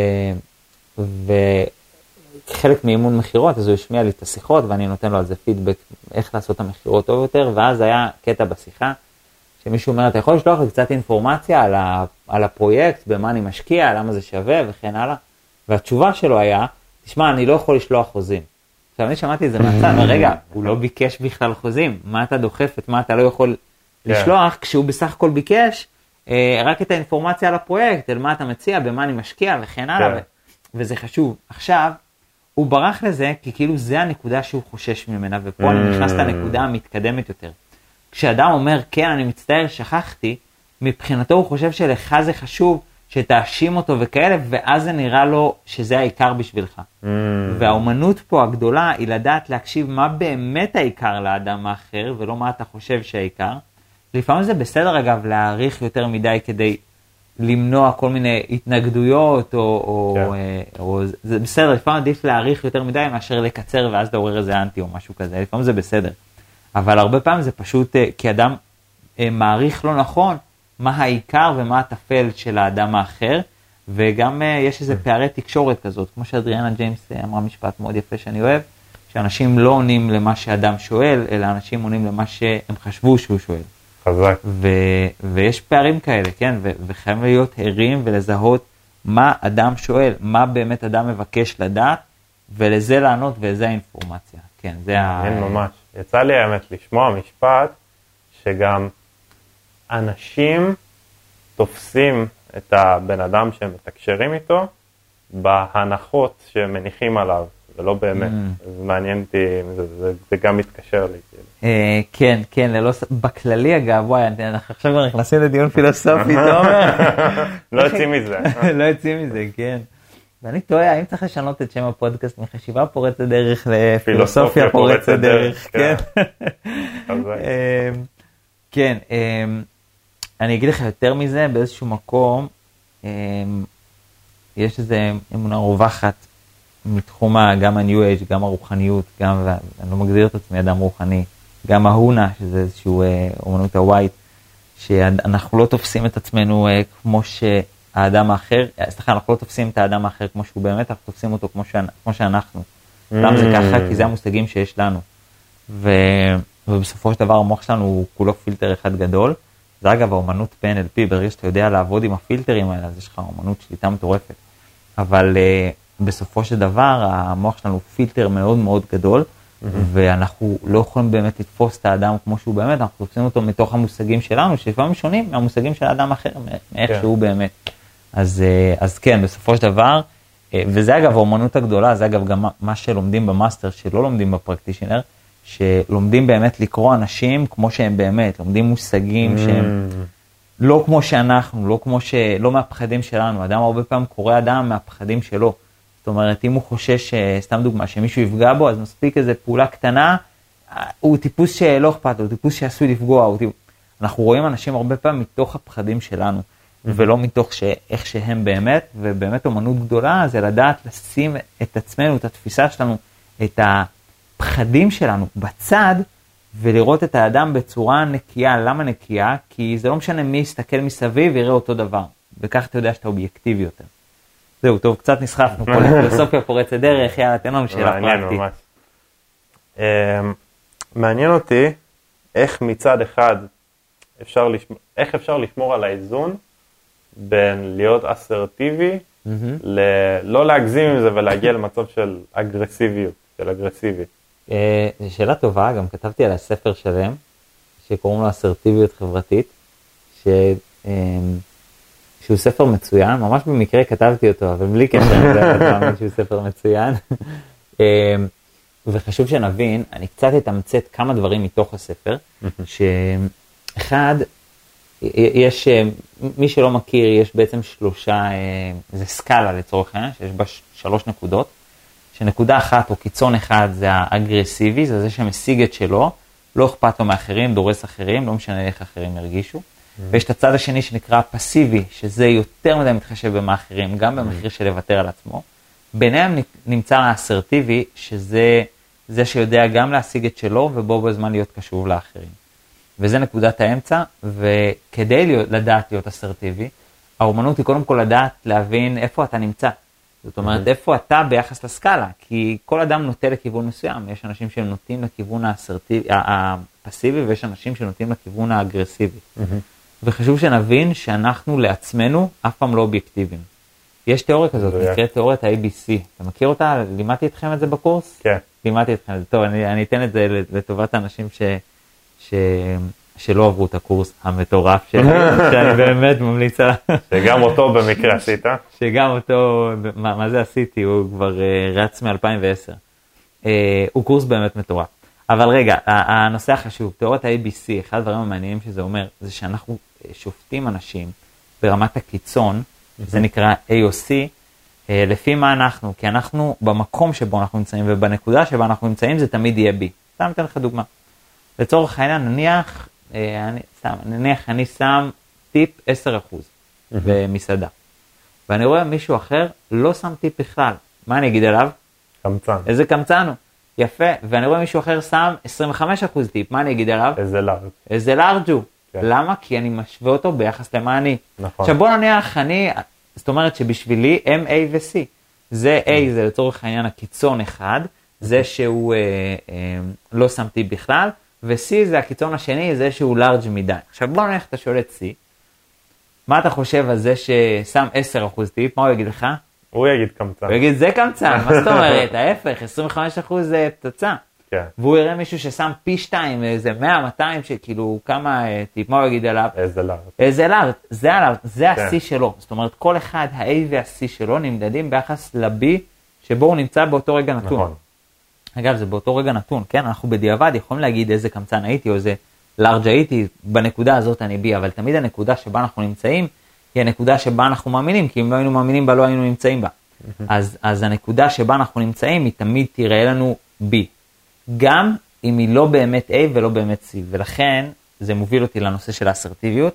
וחלק מאימון מחירות, אז הוא השמיע לי את השיחות, ואני נותן לו על זה פידבק, איך לעשות את המחירות טוב יותר, ואז היה קטע בשיחה, שמישהו אומר, אתה יכול לשלוח לי קצת אינפורמציה על, ה, על הפרויקט, במה אני משקיע, למה זה שווה וכן הלאה. והתשובה שלו היה, תשמע, אני לא יכול לשלוח חוזים. עכשיו אני שמעתי את זה מהצד, רגע, הוא לא ביקש בכלל חוזים, מה אתה דוחף, את מה אתה לא יכול לשלוח, כשהוא בסך הכל ביקש אה, רק את האינפורמציה על הפרויקט, על מה אתה מציע, במה אני משקיע וכן הלאה, ו- וזה חשוב. עכשיו, הוא ברח לזה, כי כאילו זה הנקודה שהוא חושש ממנה, ופה אני נכנס לנקודה המתקדמת יותר. כשאדם אומר, כן, אני מצטער, שכחתי, מבחינתו הוא חושב שלך זה חשוב, שתאשים אותו וכאלה, ואז זה נראה לו שזה העיקר בשבילך. Mm. והאומנות פה הגדולה היא לדעת להקשיב מה באמת העיקר לאדם האחר, ולא מה אתה חושב שהעיקר. לפעמים זה בסדר אגב להעריך יותר מדי כדי למנוע כל מיני התנגדויות, או, או, yeah. או, או זה בסדר, לפעמים עדיף להעריך יותר מדי מאשר לקצר ואז לעורר איזה אנטי או משהו כזה, לפעמים זה בסדר. אבל הרבה פעמים זה פשוט כי אדם מעריך לא נכון, מה העיקר ומה התפל של האדם האחר, וגם uh, יש איזה פערי תקשורת כזאת, כמו שאדריאנה ג'יימס אמרה משפט מאוד יפה שאני אוהב, שאנשים לא עונים למה שאדם שואל, אלא אנשים עונים למה שהם חשבו שהוא שואל. חזק. ו- ויש פערים כאלה, כן, ו- וחייבים להיות ערים ולזהות מה אדם שואל, מה באמת אדם מבקש לדעת, ולזה לענות, וזה האינפורמציה. כן, זה ה... אין ממש. יצא לי האמת לשמוע משפט, שגם אנשים תופסים את הבן אדם שהם מתקשרים איתו, בהנחות שהם מניחים עליו, ולא באמת. Mm. זה מעניין אותי, זה, זה, זה גם מתקשר לי. כאילו. אה, כן, כן, ללא, בכללי אגב, וואי, אנחנו עכשיו כבר נכנסים לדיון פילוסופי, תומר. לא יוצאים מזה. לא יוצאים מזה, כן. ואני טועה, האם צריך לשנות את שם הפודקאסט מחשיבה פורצת דרך לפילוסופיה פורצת דרך, כן. כן, אני אגיד לך יותר מזה, באיזשהו מקום, יש איזו אמונה רווחת מתחום גם ה-New Age, גם הרוחניות, גם, ואני לא מגדיר את עצמי אדם רוחני, גם ההונה, שזה איזשהו אומנות הווייט, שאנחנו לא תופסים את עצמנו כמו שהאדם האחר, סליחה, אנחנו לא תופסים את האדם האחר כמו שהוא באמת, אנחנו תופסים אותו כמו, שאנ, כמו שאנחנו. למה זה ככה? כי זה המושגים שיש לנו. ו, ובסופו של דבר המוח שלנו הוא כולו פילטר אחד גדול. זה אגב האומנות פי אן אל פי, ברגע שאתה יודע לעבוד עם הפילטרים האלה, אז יש לך אומנות שליטה מטורפת. אבל uh, בסופו של דבר המוח שלנו הוא פילטר מאוד מאוד גדול, mm-hmm. ואנחנו לא יכולים באמת לתפוס את האדם כמו שהוא באמת, אנחנו תופסים אותו מתוך המושגים שלנו, שלפעמים שונים מהמושגים של האדם אחר, מאיך yeah. שהוא באמת. אז, uh, אז כן, בסופו של דבר, uh, וזה אגב האומנות הגדולה, זה אגב גם מה שלומדים במאסטר, שלא לומדים בפרקטישנר, שלומדים באמת לקרוא אנשים כמו שהם באמת, לומדים מושגים mm. שהם לא כמו שאנחנו, לא כמו ש... לא מהפחדים שלנו. אדם הרבה פעמים קורא אדם מהפחדים שלו. זאת אומרת, אם הוא חושש, סתם דוגמה, שמישהו יפגע בו, אז מספיק איזו פעולה קטנה, הוא טיפוס שלא אכפת לו, הוא טיפוס שעשוי לפגוע. הוא טיפ... אנחנו רואים אנשים הרבה פעמים מתוך הפחדים שלנו, mm. ולא מתוך ש... איך שהם באמת, ובאמת אומנות גדולה זה לדעת לשים את עצמנו, את התפיסה שלנו, את ה... פחדים שלנו בצד, ולראות את האדם בצורה נקייה. למה נקייה? כי זה לא משנה מי יסתכל מסביב ויראה אותו דבר. וכך אתה יודע שאתה אובייקטיבי יותר. זהו, טוב, קצת נסחפנו פה לפילוסופיה פורצת דרך, יאללה, תן לנו שאלה פרקטית. מעניין אותי איך מצד אחד אפשר לשמור, איך אפשר לשמור על האיזון בין להיות אסרטיבי, לא להגזים עם זה ולהגיע למצב של אגרסיביות, של אגרסיבי. זו שאלה טובה, גם כתבתי על הספר שלם, שקוראים לו אסרטיביות חברתית, ש... שהוא ספר מצוין, ממש במקרה כתבתי אותו, אבל בלי קשר, זה מאמין שהוא ספר מצוין. וחשוב שנבין, אני קצת אתמצת כמה דברים מתוך הספר, שאחד, יש, מי שלא מכיר, יש בעצם שלושה, זה סקאלה לצורך העניין, שיש בה שלוש נקודות, שנקודה אחת או קיצון אחד זה האגרסיבי, זה זה שמשיג את שלו, לא אכפת לו מאחרים, דורס אחרים, לא משנה איך אחרים ירגישו. Mm-hmm. ויש את הצד השני שנקרא פסיבי, שזה יותר מדי מתחשב במאחרים, גם במחיר של לוותר על עצמו. ביניהם נמצא האסרטיבי, שזה זה שיודע גם להשיג את שלו, ובו בזמן להיות קשוב לאחרים. וזה נקודת האמצע, וכדי להיות, לדעת להיות אסרטיבי, האומנות היא קודם כל לדעת להבין איפה אתה נמצא. זאת אומרת, איפה אתה ביחס לסקאלה? כי כל אדם נוטה לכיוון מסוים. יש אנשים שהם נוטים לכיוון האסרטיבי, הפסיבי, ויש אנשים שנוטים לכיוון האגרסיבי. וחשוב שנבין שאנחנו לעצמנו אף פעם לא אובייקטיביים. יש תיאוריה כזאת, נקראת תיאוריית ה-איי בי סי. אתה מכיר אותה? לימדתי אתכם את זה בקורס? כן. לימדתי אתכם את זה. טוב, אני, אני אתן את זה לטובת האנשים ש, ש, שלא עברו את הקורס המטורף שלי, שאני באמת ממליץ עליו. שגם אותו במקרה עשית. שגם אותו, מה, מה זה עשיתי? הוא כבר uh, רץ מ-אלפיים ועשר. Uh, הוא קורס באמת מטורף. אבל רגע, הנושא החשוב, תיאוריית ה-איי בי סי, אחד הדברים המעניינים שזה אומר, זה שאנחנו שופטים אנשים ברמת הקיצון, זה נקרא איי או סי, לפי מה אנחנו, כי אנחנו במקום שבו אנחנו נמצאים, ובנקודה שבה אנחנו נמצאים זה תמיד יהיה בי. סתם אתן לך דוגמה. לצורך העניין, נניח, אני, סתם, נניח אני שם טיפ עשרה אחוז במסעדה, ואני רואה מישהו אחר לא שם טיפ בכלל. מה אני אגיד עליו? קמצן. איזה קמצן הוא. יפה, ואני רואה מישהו אחר שם עשרים וחמישה אחוז טיפ, מה אני אגיד עליו? איזה לארג'. איזה לארג' הוא. כן. למה? כי אני משווה אותו ביחס למה אני. נכון. עכשיו בוא נניח, אני, זאת אומרת שבשבילי הם A ו-C. זה A זה לצורך העניין הקיצון אחד, זה שהוא אה, אה, לא שם טיפ בכלל, ו-C זה הקיצון השני, זה שהוא לארג' מדי. עכשיו בוא נניח אתה שואל את C, מה אתה חושב על זה ששם עשרה אחוז טיפ, מה הוא יגיד לך? הוא יגיד קמצן. הוא יגיד, זה קמצן, מה זאת אומרת? ההפך, עשרים וחמישה אחוז זה פצצה. כן. והוא יראה מישהו ששם פי שתיים, איזה מאה מאתיים, שכאילו כמה טיפ, מה הוא יגיד עליו? איזה לארג'. איזה לארג', זה הלארג', זה כן. ה-C שלו. זאת אומרת, כל אחד, ה-A וה-C שלו נמדדים ביחס ל-B, שבו הוא נמצא באותו רגע נתון. נכון. אגב, זה באותו רגע נתון, כן? אנחנו בדיעבד יכולים להגיד איזה קמצן הייתי, או איזה לארג' הייתי, בנקודה הזאת אני B, אבל תמיד הנקודה שבה אנחנו נמצאים, היא הנקודה שבה אנחנו מאמינים, כי אם לא היינו מאמינים בה, לא היינו נמצאים בה. אז, אז הנקודה שבה אנחנו נמצאים, היא תמיד תראה לנו B. גם אם היא לא באמת A ולא באמת C. ולכן, זה מוביל אותי לנושא של האסרטיביות.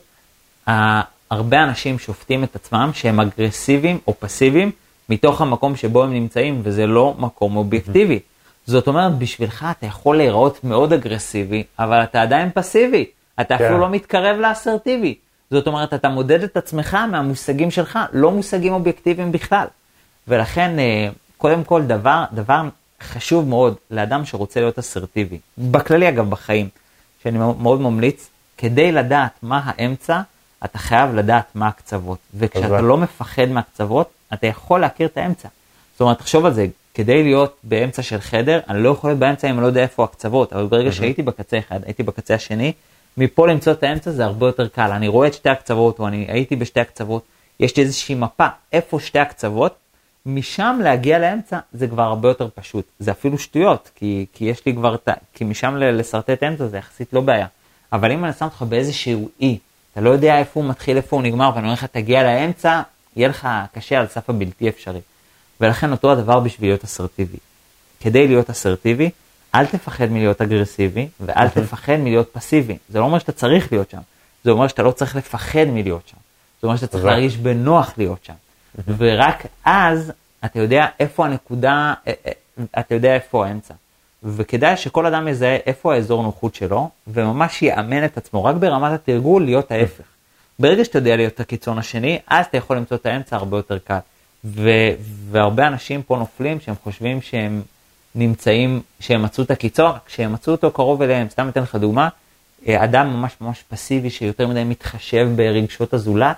הרבה אנשים שופטים את עצמם שהם אגרסיביים או פסיביים, מתוך המקום שבו הם נמצאים, וזה לא מקום אובייקטיבי. זאת אומרת, בשבילך אתה יכול להיראות מאוד אגרסיבי, אבל אתה עדיין פסיבי. אתה אפילו לא מתקרב לאסרטיבי. זאת אומרת, אתה מודד את עצמך מהמושגים שלך, לא מושגים אובייקטיביים בכלל. ולכן, קודם כל, דבר, דבר חשוב מאוד לאדם שרוצה להיות אסרטיבי. בכללי, אגב, בחיים, שאני מאוד ממליץ, כדי לדעת מה האמצע, אתה חייב לדעת מה הקצוות. וכשאתה לא מפחד מהקצוות, אתה יכול להכיר את האמצע. זאת אומרת, תחשוב על זה, כדי להיות באמצע של חדר, אני לא יכול להיות באמצע אם אני לא יודע איפה הקצוות, אבל ברגע שהייתי בקצה אחד, הייתי בקצה השני, מפה למצוא את האמצע זה הרבה יותר קל. אני רואה את שתי הקצוות, או אני הייתי בשתי הקצוות, יש לי איזושהי מפה, איפה שתי הקצוות, משם להגיע לאמצע זה כבר הרבה יותר פשוט. זה אפילו שטויות, כי, כי יש לי כבר, כי משם לסרטט אמצע זה יחסית לא בעיה. אבל אם אני שם אותך באיזשהו אי, אתה לא יודע איפה הוא מתחיל, איפה הוא נגמר, ואני אומר לך, תגיע לאמצע, יהיה לך קשה על סף הבלתי אפשרי. ולכן אותו הדבר בשביל להיות אסרטיבי. כדי להיות אסרטיבי, אל תפחד מלהיות אגרסיבי, ואל תפחד מלהיות פסיבי. זה לא אומר שאתה צריך להיות שם. זה אומר שאתה לא צריך לפחד מלהיות שם. זה אומר שאתה צריך להרגיש בנוח להיות שם. ורק אז אתה יודע איפה הנקודה, אתה יודע איפה האמצע. וכדאי שכל אדם יזהה איפה האזור נוחות שלו, וממש יאמן את עצמו, רק ברמת התרגול להיות ההפך. ברגע שאתה יודע להיות הקיצון השני, אז אתה יכול למצוא את האמצע הרבה יותר קל. ו- והרבה אנשים פה נופלים שהם חושבים שהם נמצאים, שהם מצאו את הקיצון, כשהם מצאו אותו קרוב אליהם, סתם אתן לך דוגמה, אדם ממש ממש פסיבי שיותר מדי מתחשב ברגשות הזולת,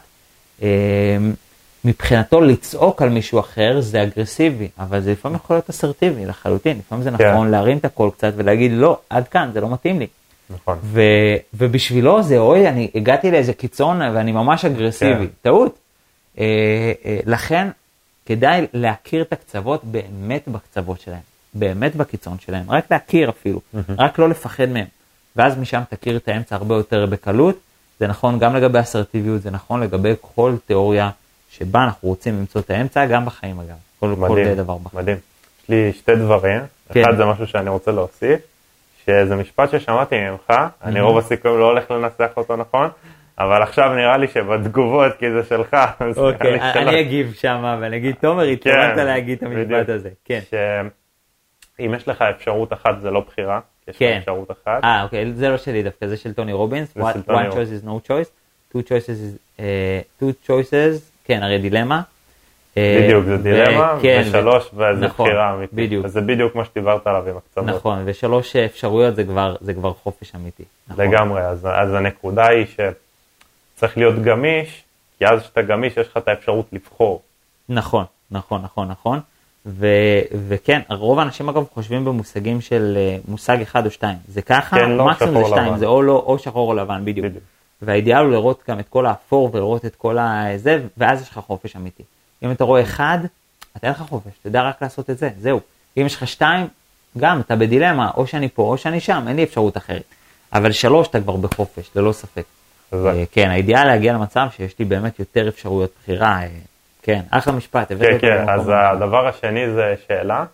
מבחינתו לצעוק על מישהו אחר זה אגרסיבי, אבל זה לפעמים יכול להיות אסרטיבי לחלוטין, לפעמים זה נכון להרים את הכל קצת ולהגיד לא, עד כאן, זה לא מתאים לי. נכון. ו- ובשבילו זה, אוי, אני הגעתי לאיזה קיצון ואני ממש אגרסיבי, טעות. לכן כדאי להכיר את הקצוות באמת בקצוות שלהם, באמת בקיצון שלהם, רק להכיר אפילו, רק לא לפחד מהם. ואז משם תכיר את האמצע הרבה יותר בקלות. זה נכון גם לגבי אסרטיביות, זה נכון לגבי כל תיאוריה שבה אנחנו רוצים למצוא את האמצע, גם בחיים אגב. כל, מדהים, כל דבר בחיים. מדהים. יש לי שתי דברים. כן. אחד זה משהו שאני רוצה להוסיף, שזה משפט ששמעתי ממך, אני רוב הסיכויים לא הולך לנסח אותו נכון, אבל עכשיו נראה לי שבתגובות, כי זה שלך, אז אוקיי, אני אגיב שם, ואני אגיד, תומר, התכוונת להגיד את המשפט הזה. כן. שאם יש לך אפשרות אחת, זה לא בחירה, יש לך אפשרות אחת. אה, אוקיי, זה לא שלי דווקא, זה של טוני רובינס. One choice is no choice, two choices is, two choices, כן, הרי דילמה. בדיוק, זה דילמה, כן, ושלוש, וזה נכון, בחירה אמיתית. בדיוק. וזה בדיוק מה שדיברת עליו עם הקצוות. נכון, ושלוש אפשרויות זה כבר, זה כבר חופש אמיתי. נכון. לגמרי, אז, אז הנקודה היא שצריך להיות גמיש, כי אז שאתה גמיש יש לך את האפשרות לבחור. נכון, נכון, נכון, נכון. ו, וכן, רוב האנשים אגב חושבים במושגים של מושג אחד או שתיים. זה ככה, כן, לא מקסימום זה שתיים, לבן. זה או, לא, או שחור או לבן, בדיוק. בדיוק. והאידיאל הוא לראות גם את כל האפור ולראות את כל הזה, ואז יש לך חופש אמיתי. אם אתה רואה אחד, אתה אין לך חופש, אתה יודע רק לעשות את זה, זהו. אם יש לך שתיים, גם אתה בדילמה, או שאני פה או שאני שם, אין לי אפשרות אחרת. אבל שלוש אתה כבר בחופש, ללא ספק. כן, האידיאל להגיע למצב שיש לי באמת יותר אפשרויות בחירה. כן, אחלה משפט. כן, כן, אז הדבר השני זה שאלה,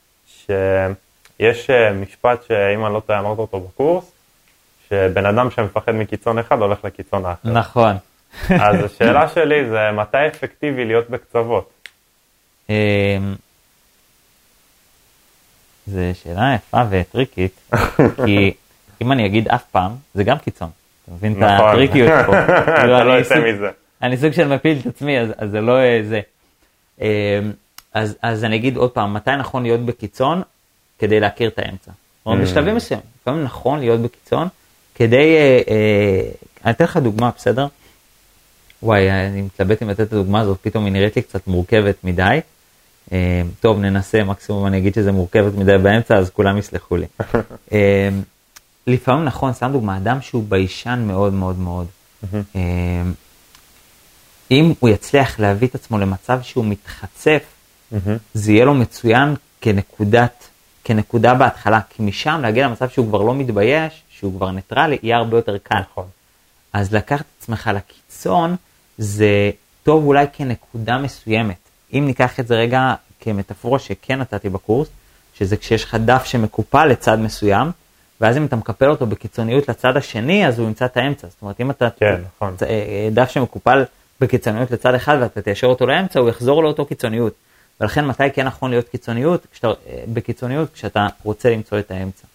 שיש משפט שאם אני לא טועה אמרת אותו בקורס, שבן אדם שמפחד מקיצון אחד הולך לקיצון האחר. נכון. אז השאלה שלי זה מתי אפקטיבי להיות בקצוות? זו שאלה יפה וטריקית, כי אם אני אגיד אף פעם, זה גם קיצון. אתה מבין את הטריקיות פה? אתה לא יוצא מזה. אני סוג של מפיל את עצמי, אז זה לא זה. אז אני אגיד עוד פעם, מתי נכון להיות בקיצון כדי להכיר את האמצע? זאת אומרת, בשלבים מסוימים, לפעמים נכון להיות בקיצון, כדי, אני אתן לך דוגמה, בסדר? וואי, אני מתלבט אם לתת את הדוגמה הזאת, פתאום היא נראית לי קצת מורכבת מדי. טוב, ננסה, מקסימום אני אגיד שזה מורכבת מדי באמצע, אז כולם יסלחו לי. לפעמים נכון, שם דוגמה, אדם שהוא ביישן מאוד מאוד מאוד. אם הוא יצליח להביא את עצמו למצב שהוא מתחצף, זה יהיה לו מצוין כנקודת, כנקודה בהתחלה, כי משם להגיע למצב שהוא כבר לא מתבייש, שהוא כבר ניטרלי, יהיה הרבה יותר קל. נכון. אז לקחת את עצמך לקיצון, זה טוב אולי כנקודה מסוימת. אם ניקח את זה רגע כמטאפורה שכן נתתי בקורס, שזה כשיש לך דף שמקופל לצד מסוים, ואז אם אתה מקפל אותו בקיצוניות לצד השני, אז הוא ימצא את האמצע. זאת אומרת, אם אתה כן, נכון. דף שמקופל בקיצוניות לצד אחד, ואתה תיישר אותו לאמצע, הוא יחזור לאותו קיצוניות. ולכן מתי כן נכון להיות קיצוניות? כשאתה, בקיצוניות, כשאתה רוצה למצוא את האמצע.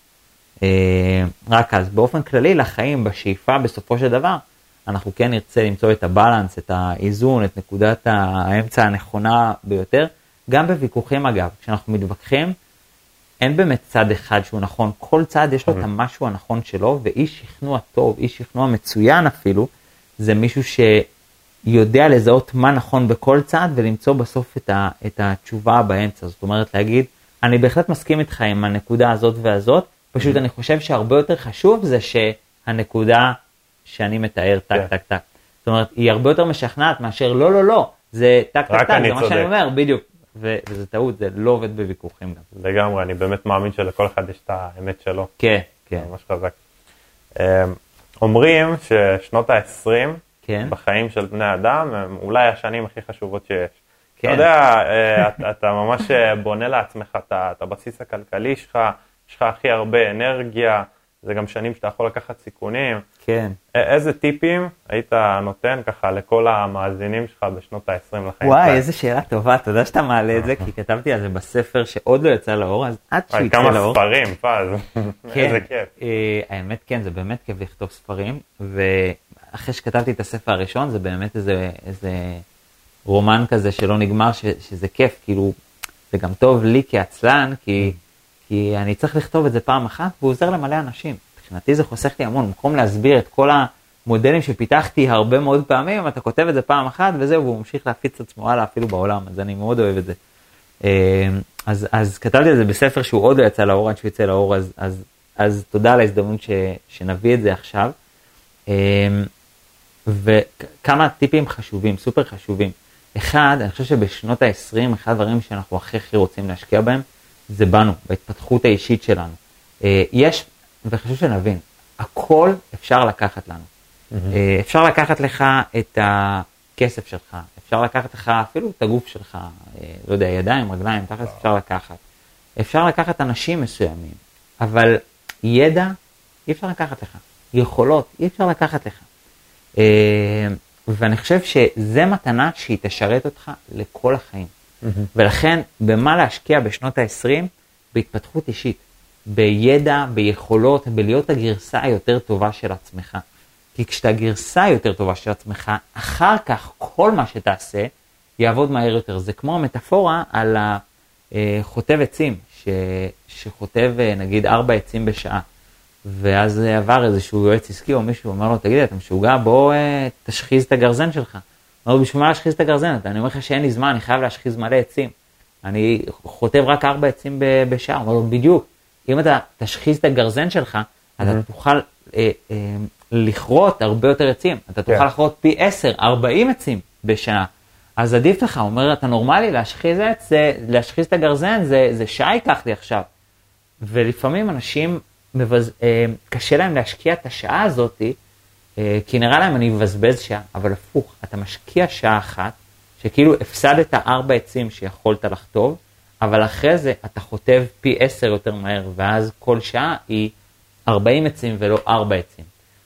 רק אז, באופן כללי, לחיים, בשאיפה, בסופו של דבר, אנחנו כן נרצה למצוא את הבלנס, את האיזון, את נקודת האמצע הנכונה ביותר. גם בוויכוחים אגב, כשאנחנו מתווכחים, אין באמת צד אחד שהוא נכון, כל צד יש לו את המשהו הנכון שלו, ואיש שכנוע טוב, איש שכנוע מצוין אפילו, זה מישהו שיודע לזהות מה נכון בכל צד, ולמצוא בסוף את, ה, את התשובה באמצע. זאת אומרת להגיד, אני בהחלט מסכים איתך עם הנקודה הזאת והזאת, פשוט אני חושב שהרבה יותר חשוב זה שהנקודה שאני מתאר טק טק טק. זאת אומרת, היא הרבה יותר משכנעת מאשר לא לא לא, זה טק טק טק, זה מה שאני אומר, בדיוק. וזה טעות, זה לא עובד בוויכוחים גם. לגמרי, אני באמת מאמין שלכל אחד יש את האמת שלו. כן, כן. ממש חזק. אומרים ששנות ה-עשרים בחיים של בני אדם הם אולי השנים הכי חשובות שיש. אתה יודע, אתה ממש בונה לעצמך את הבסיס הכלכלי שלך, יש לך הכי הרבה אנרגיה, זה גם שנים שאתה יכול לקחת סיכונים. כן. איזה טיפים היית נותן ככה לכל המאזינים שלך בשנות ה-עשרים לחיים? וואי, איזה שאלה טובה, תודה שאתה מעלה את זה, כי כתבתי על זה בספר שעוד לא יצא לאור, אז עד שהוא יצא לאור. כמה ספרים, פז. איזה כיף. האמת כן, זה באמת כיף לכתוב ספרים, ואחרי שכתבתי את הספר הראשון, זה באמת איזה רומן כזה שלא נגמר, שזה כיף, כאילו, זה גם טוב לי כעצלן, כי... כי אני צריך לכתוב את זה פעם אחת, והוא עוזר למלא אנשים. מבחינתי זה חוסך לי המון, במקום להסביר את כל המודלים שפיתחתי הרבה מאוד פעמים, אתה כותב את זה פעם אחת, וזהו, והוא ממשיך להפיץ את עצמו הלאה אפילו בעולם, אז אני מאוד אוהב את זה. אז, אז כתבתי את זה בספר שהוא עוד לא יצא לאור, עד שהוא יצא לאור, אז, אז, אז תודה על ההזדמנות ש, שנביא את זה עכשיו. וכמה טיפים חשובים, סופר חשובים. אחד, אני חושב שבשנות ה-עשרים, אחד הדברים שאנחנו הכי הכי רוצים להשקיע בהם, זה בנו, בהתפתחות האישית שלנו. יש, וחשוב שנבין, הכל אפשר לקחת לנו. Mm-hmm. אפשר לקחת לך את הכסף שלך, אפשר לקחת לך אפילו את הגוף שלך, לא יודע, ידיים, רגליים, תכף אפשר לקחת. אפשר לקחת אנשים מסוימים, אבל ידע אי אפשר לקחת לך. יכולות אי אפשר לקחת לך. ואני חושב שזה מתנה שהיא תשרת אותך לכל החיים. ולכן, במה להשקיע בשנות ה-עשרים? בהתפתחות אישית, בידע, ביכולות, בלהיות הגרסה היותר טובה של עצמך. כי כשאתה גרסה יותר טובה של עצמך, אחר כך כל מה שתעשה, יעבוד מהר יותר. זה כמו המטאפורה על החוטב עצים, ש, שחוטב נגיד ארבע עצים בשעה. ואז עבר איזשהו יועץ עסקי או מישהו, אומר לו, תגיד, אתה משוגע, בוא תשחיז את הגרזן שלך. אומר לו, בשביל מה להשחיז את הגרזן? אני אומר לך שאין לי זמן, אני חייב להשחיז מלא עצים. אני חוטב רק ארבע עצים בשעה. אומר לו, בדיוק, אם אתה תשחיז את הגרזן שלך, אתה תוכל אה, אה, לכרות הרבה יותר עצים. אתה תוכל לכרות פי עשר, ארבעים עצים בשעה. אז עדיף לך, הוא אומר, אתה נורמלי, להשחיז עץ, זה, להשחיז את הגרזן, זה, זה שעה ייקח לי עכשיו. ולפעמים אנשים, מבז... קשה להם להשקיע את השעה הזאת, כי נראה להם אני מבזבז שעה, אבל הפוך, אתה משקיע שעה אחת, שכאילו הפסדת ארבע עצים שיכולת לכתוב, אבל אחרי זה אתה חוטב פי עשר יותר מהר, ואז כל שעה היא ארבעים עצים ולא ארבע עצים.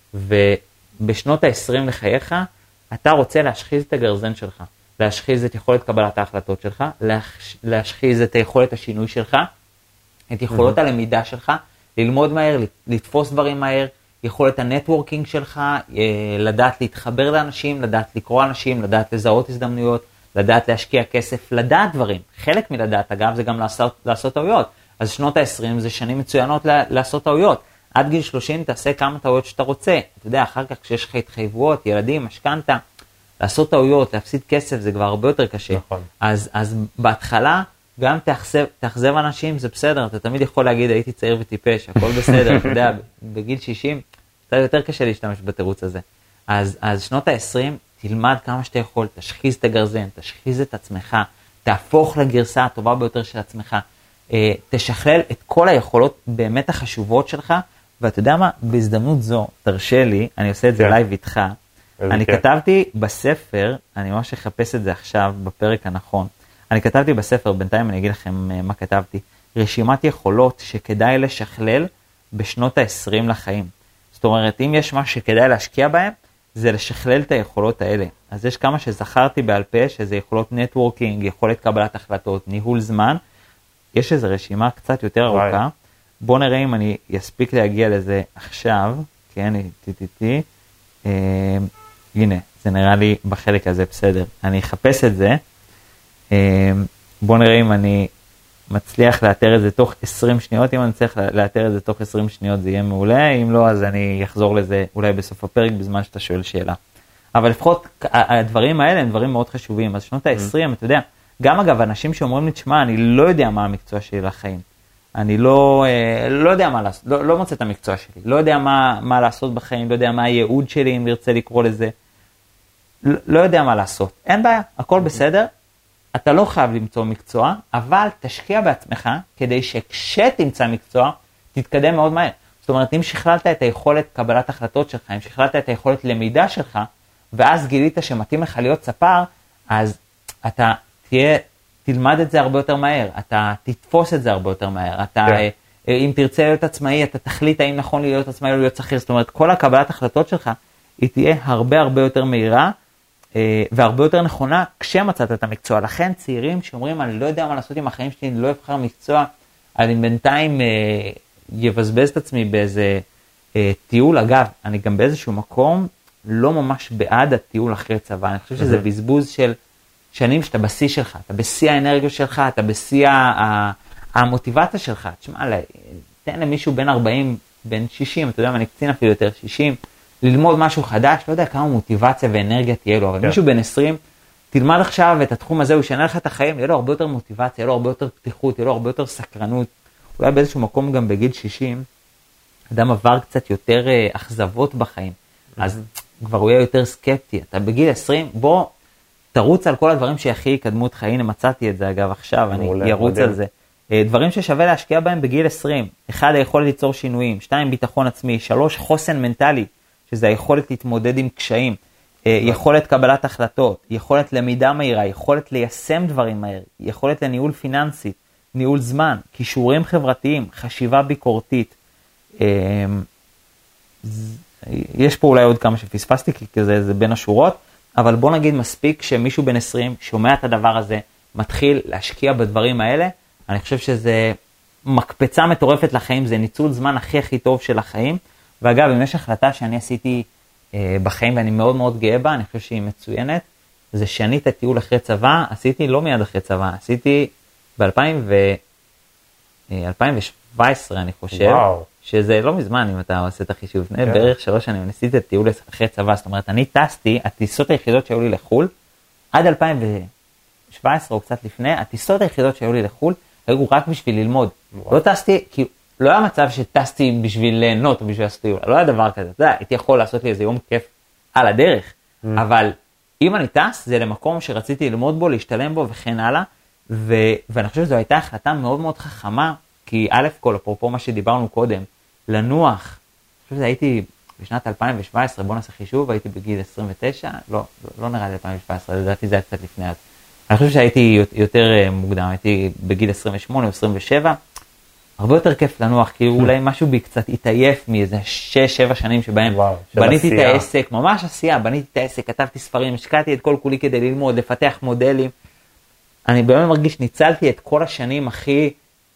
ובשנות ה-עשרים לחייך, אתה רוצה להשחיז את הגרזן שלך, להשחיז את יכולת קבלת ההחלטות שלך, להשחיז את יכולת השינוי שלך, את יכולות הלמידה שלך, ללמוד מהר, לתפוס דברים מהר, יכולת הנטוורקינג שלך, לדעת להתחבר לאנשים, לדעת לקרוא אנשים, לדעת לזהות הזדמנויות, לדעת להשקיע כסף, לדעת דברים. חלק מלדעת, אגב, זה גם לעשות, לעשות טעויות. אז שנות ה-עשרים זה שנים מצוינות לעשות טעויות. עד גיל שלושים תעשה כמה טעויות שאתה רוצה. אתה יודע, אחר כך כשיש לך התחייבויות, ילדים, משכנתה, לעשות טעויות, להפסיד כסף, זה כבר הרבה יותר קשה. נכון. אז, אז בהתחלה, גם תאכזב, תאכזב אנשים, זה בסדר, אתה תמיד יכול להגיד, הייתי צעיר וטיפש, הכל בסדר, אתה יודע, בגיל שישים, זה יותר קשה להשתמש בתירוץ הזה. אז, אז שנות ה-עשרים, תלמד כמה שאתה יכול, תשחיז את הגרזן, תשחיז את עצמך, תהפוך לגרסה הטובה ביותר של עצמך, תשכלל את כל היכולות באמת החשובות שלך, ואתה יודע מה, בהזדמנות זו, תרשה לי, אני עושה את זה לייב איתך, אני כתבתי בספר, אני ממש אחפש את זה עכשיו, בפרק הנכון, אני כתבתי בספר, בינתיים אני אגיד לכם מה כתבתי, רשימת יכולות שכדאי לשכלל בשנות ה-עשרים לחיים. זאת אומרת, אם יש משהו שכדאי להשקיע בהם, זה לשכלל את היכולות האלה. אז יש כמה שזכרתי בעל פה, שזה יכולות נטוורקינג, יכולת קבלת החלטות, ניהול זמן. יש איזו רשימה קצת יותר ארוכה. בואו נראה אם אני אספיק להגיע לזה עכשיו. כן, תתתי. אה, הנה, זה נראה לי בחלק הזה בסדר. אני אחפש את זה. אה, בואו נראה אם אני מצליח לאתר את זה תוך עשרים שניות. אם אני צריך לאתר את זה תוך עשרים שניות זה יהיה מעולה. אם לא, אז אני אחזור לזה אולי בסוף הפרק בזמן שאתה שואל שאלה. אבל לפחות הדברים האלה הם דברים מאוד חשובים. אז שנות ה-עשרים, אתה יודע, גם אגב, אנשים שאומרים לי, תשמע, אני לא יודע מה המקצוע שלי לחיים. אני לא, לא יודע מה לעשות, לא, לא מוצא את המקצוע שלי. לא יודע מה, מה לעשות בחיים, לא יודע מה הייעוד שלי, אם נרצה לקרוא לזה. לא, לא יודע מה לעשות. אין בעיה, הכל בסדר. אתה לא חייב למצוא מקצוע, אבל תשקיע בעצמך, כדי שכשתמצא מקצוע, תתקדם מאוד מהר. זאת אומרת, אם שכללת את היכולת קבלת החלטות שלך, אם שכללת את היכולת למידה שלך, ואז גילית שמתאים לך להיות ספר, אז אתה תהיה, תלמד את זה הרבה יותר מהר, אתה תתפוס את זה הרבה יותר מהר, אתה, yeah. אם תרצה להיות עצמאי, אתה תחליט האם נכון להיות עצמאי או להיות שכיר, זאת אומרת, כל הקבלת החלטות שלך, היא תהיה הרבה הרבה יותר מהירה, והרבה יותר נכונה כשמצאת את המקצוע. לכן צעירים שאומרים, אני לא יודע מה לעשות עם החיים שלי, אני לא אבחר מקצוע, אני בינתיים יבזבז את עצמי באיזה טיול. אגב, אני גם באיזשהו מקום לא ממש בעד הטיול אחרי צבא, אני חושב שזה בזבוז של שנים שאתה בשיא שלך, אתה בשיא האנרגיה שלך, אתה בשיא המוטיבציה שלך. תשמע, תן למישהו בין ארבעים, בין שישים, אתה יודע מה, אני קצין אפילו יותר שישים, ללמוד משהו חדש, לא יודע כמה מוטיבציה ואנרגיה תהיה לו, אבל yeah. מישהו בין עשרים, תלמד עכשיו את התחום הזה, הוא ישנה לך את החיים, יהיה לו הרבה יותר מוטיבציה, יהיה לו הרבה יותר פתיחות, יהיה לו הרבה יותר סקרנות, אולי באיזשהו מקום גם בגיל שישים, אדם עבר קצת יותר uh, אכזבות בחיים, mm-hmm. אז כבר הוא יהיה יותר סקפטי. אתה בגיל עשרים, בוא תרוץ על כל הדברים שהכי יקדמו אותך, הנה מצאתי את זה אגב עכשיו, אני ארוץ על זה. דברים ששווה להשקיע בהם בגיל עשרים, אחד, היכולת ליצור שינויים, שתיים, ביטחון עצמי, שלוש, חוסן מנטלי, שזה היכולת להתמודד עם קשיים, יכולת קבלת החלטות, יכולת למידה מהירה, יכולת ליישם דברים מהר, יכולת לניהול פיננסית, ניהול זמן, כישורים חברתיים, חשיבה ביקורתית. יש פה אולי עוד כמה שפספסתי, כי זה, זה בין השורות, אבל בוא נגיד מספיק שמישהו בן עשרים שומע את הדבר הזה, מתחיל להשקיע בדברים האלה, אני חושב שזה מקפצה מטורפת לחיים, זה ניצול זמן הכי הכי טוב של החיים, ואגב, אם יש החלטה שאני עשיתי אה, בחיים, ואני מאוד מאוד גאה בה, אני חושב שהיא מצוינת, זה שאני את הטיול אחרי צבא, עשיתי לא מיד אחרי צבא, עשיתי ב-אלפיים שבע עשרה אני חושב, וואו. שזה לא מזמן אם אתה עושה את החישוב, yeah. בערך שלוש שנים, עשיתי את הטיול אחרי צבא, זאת אומרת, אני טסתי, הטיסות היחידות שהיו לי לחול, עד אלפיים שבע עשרה או קצת לפני, הטיסות היחידות שהיו לי לחול, היו רק בשביל ללמוד. Wow. לא טסתי, כי לא היה מצב שטסתי בשביל ליהנות או בשביל לעשות טיול, לא היה דבר כזה, אתה יודע, הייתי יכול לעשות לי איזה יום כיף על הדרך, mm. אבל אם אני טס, זה למקום שרציתי ללמוד בו, להשתלם בו וכן הלאה, ו... ואני חושב שזו הייתה החלטה מאוד מאוד חכמה, כי א' כל, אפרופו מה שדיברנו קודם, לנוח, אני חושב שזה הייתי בשנת אלפיים שבע עשרה, בוא נעשה חישוב, הייתי בגיל עשרים ותשע, לא, לא נראה לי אלפיים שבע עשרה, לדעתי זה היה קצת לפני אז. אני חושב שהייתי יותר מוקדם, הייתי בגיל עשרים ושמונה או עשרים ושבע, הרבה יותר כיף לנוח, כי אולי משהו בי קצת התעייף מאיזה שש שבע שנים שבהם וואו, בניתי עשייה. את העסק, ממש עשייה, בניתי את העסק, כתבתי ספרים, השקעתי את כל כולי כדי ללמוד, לפתח מודלים. אני באמת מרגיש, ניצלתי את כל השנים הכי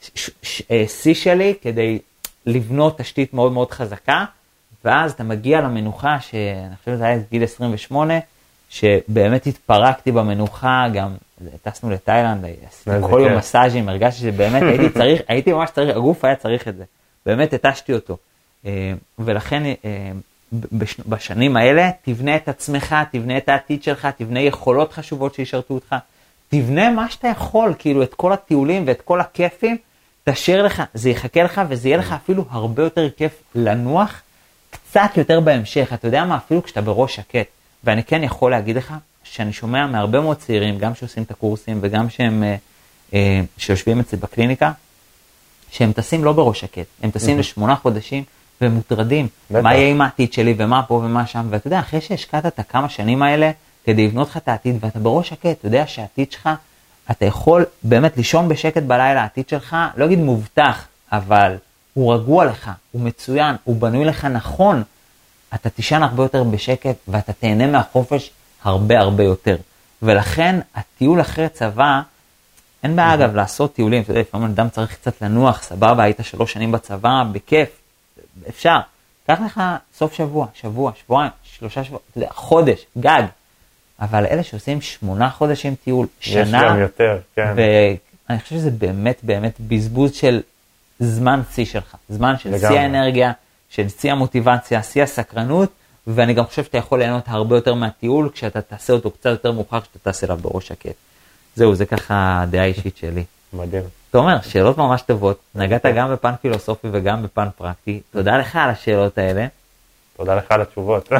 שיא שלי כדי לבנות תשתית מאוד מאוד חזקה, ואז אתה מגיע למנוחה, שאני חושב שזה היה גיל עשרים ושמונה, שבאמת התפרקתי במנוחה, גם טסנו לתאילנד, עשיתי כל יום מסאז'ים, הרגשתי שבאמת הייתי צריך, הייתי ממש צריך, הגוף היה צריך את זה, באמת התשתי אותו. ולכן בשנים האלה, תבנה את עצמך, תבנה את העתיד שלך, תבנה יכולות חשובות שישרתו אותך, תבנה מה שאתה יכול, כאילו את כל הטיולים ואת כל הכיפים, תשאיר לך, זה יחכה לך וזה יהיה לך אפילו הרבה יותר כיף לנוח, קצת יותר בהמשך, אתה יודע מה, אפילו כשאתה בראש שקט, ואני כן יכול להגיד לך, שאני שומע מהרבה מאוד צעירים, גם שעושים את הקורסים וגם שהם, אה, שיושבים אצלי בקליניקה, שהם טסים לא בראש שקט, הם טסים לשמונה חודשים והם מוטרדים, מה יהיה עם העתיד שלי ומה פה ומה שם, ואתה יודע, אחרי שהשקעת את הכמה שנים האלה, כדי לבנות לך את העתיד, ואתה בראש שקט, אתה יודע שהעתיד שלך, אתה יכול באמת לישון בשקט בלילה, העתיד שלך, לא אגיד מובטח, אבל הוא רגוע לך, הוא מצוין, הוא בנוי לך נכון, אתה תישן הרבה יותר בשקט, ואתה תהנה מהחופש הרבה הרבה יותר. ולכן, הטיול אחרי צבא, אין בעיה אגב לעשות טיולים, אתה יודע, לפעמים אדם צריך קצת לנוח, סבבה, היית שלוש שנים בצבא, בכיף, אפשר. קח לך סוף שבוע, שבוע, שבועיים, שלושה שבוע, אתה יודע, חודש, גג. אבל אלה שעושים שמונה חודשים טיול, שנה, יש גם יותר, כן. ואני חושב שזה באמת באמת בזבוז של זמן צי שלך, זמן של צי האנרגיה, של צי המוטיבציה, צי הסקרנות, ואני גם חושב שאתה יכול ליהנות הרבה יותר מהטיול, כשאתה תעשה אותו קצת יותר מאוחר, כשאתה תעשה אליו בראש שקט. זהו, זה ככה הדעה האישית שלי. מדהים. אתה אומר, שאלות ממש טובות, נגעת גם בפן פילוסופי וגם בפן פרקטי, תודה לך על השאלות האלה. תודה לך על התשובות.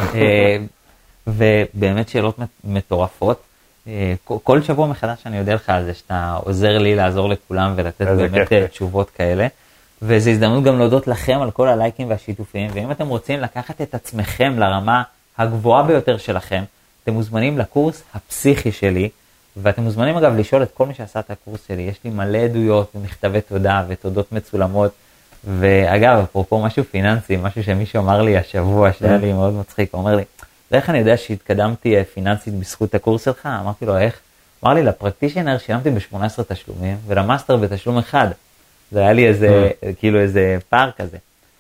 ובאמת שאלות מטורפות. כל שבוע מחדש אני יודע לך על זה, שאתה עוזר לי לעזור לכולם ולתת באמת תשובות כאלה. וזו הזדמנות גם להודות לכם על כל הלייקים והשיתופים, ואם אתם רוצים לקחת את עצמכם לרמה הגבוהה ביותר שלכם, אתם מוזמנים לקורס הפסיכי שלי, ואתם מוזמנים אגב לשאול את כל מי שעשה את הקורס שלי, יש לי מלא עדויות ומכתבי תודה ותודות מצולמות, ואגב, אפרופו משהו פיננסי, משהו שמישהו אמר לי השבוע, שהיה לי מאוד מצחיק, הוא אומר לי, איך אני יודע שהתקדמתי פיננסית בזכות הקורס שלך? אמרתי לו, איך? אמר לי, לפרקטישנר שילמתי ב-שמונה עשרה תשלומים, ולמאסטר בתשלום אחד. זה היה לי איזה, כאילו איזה פער כזה.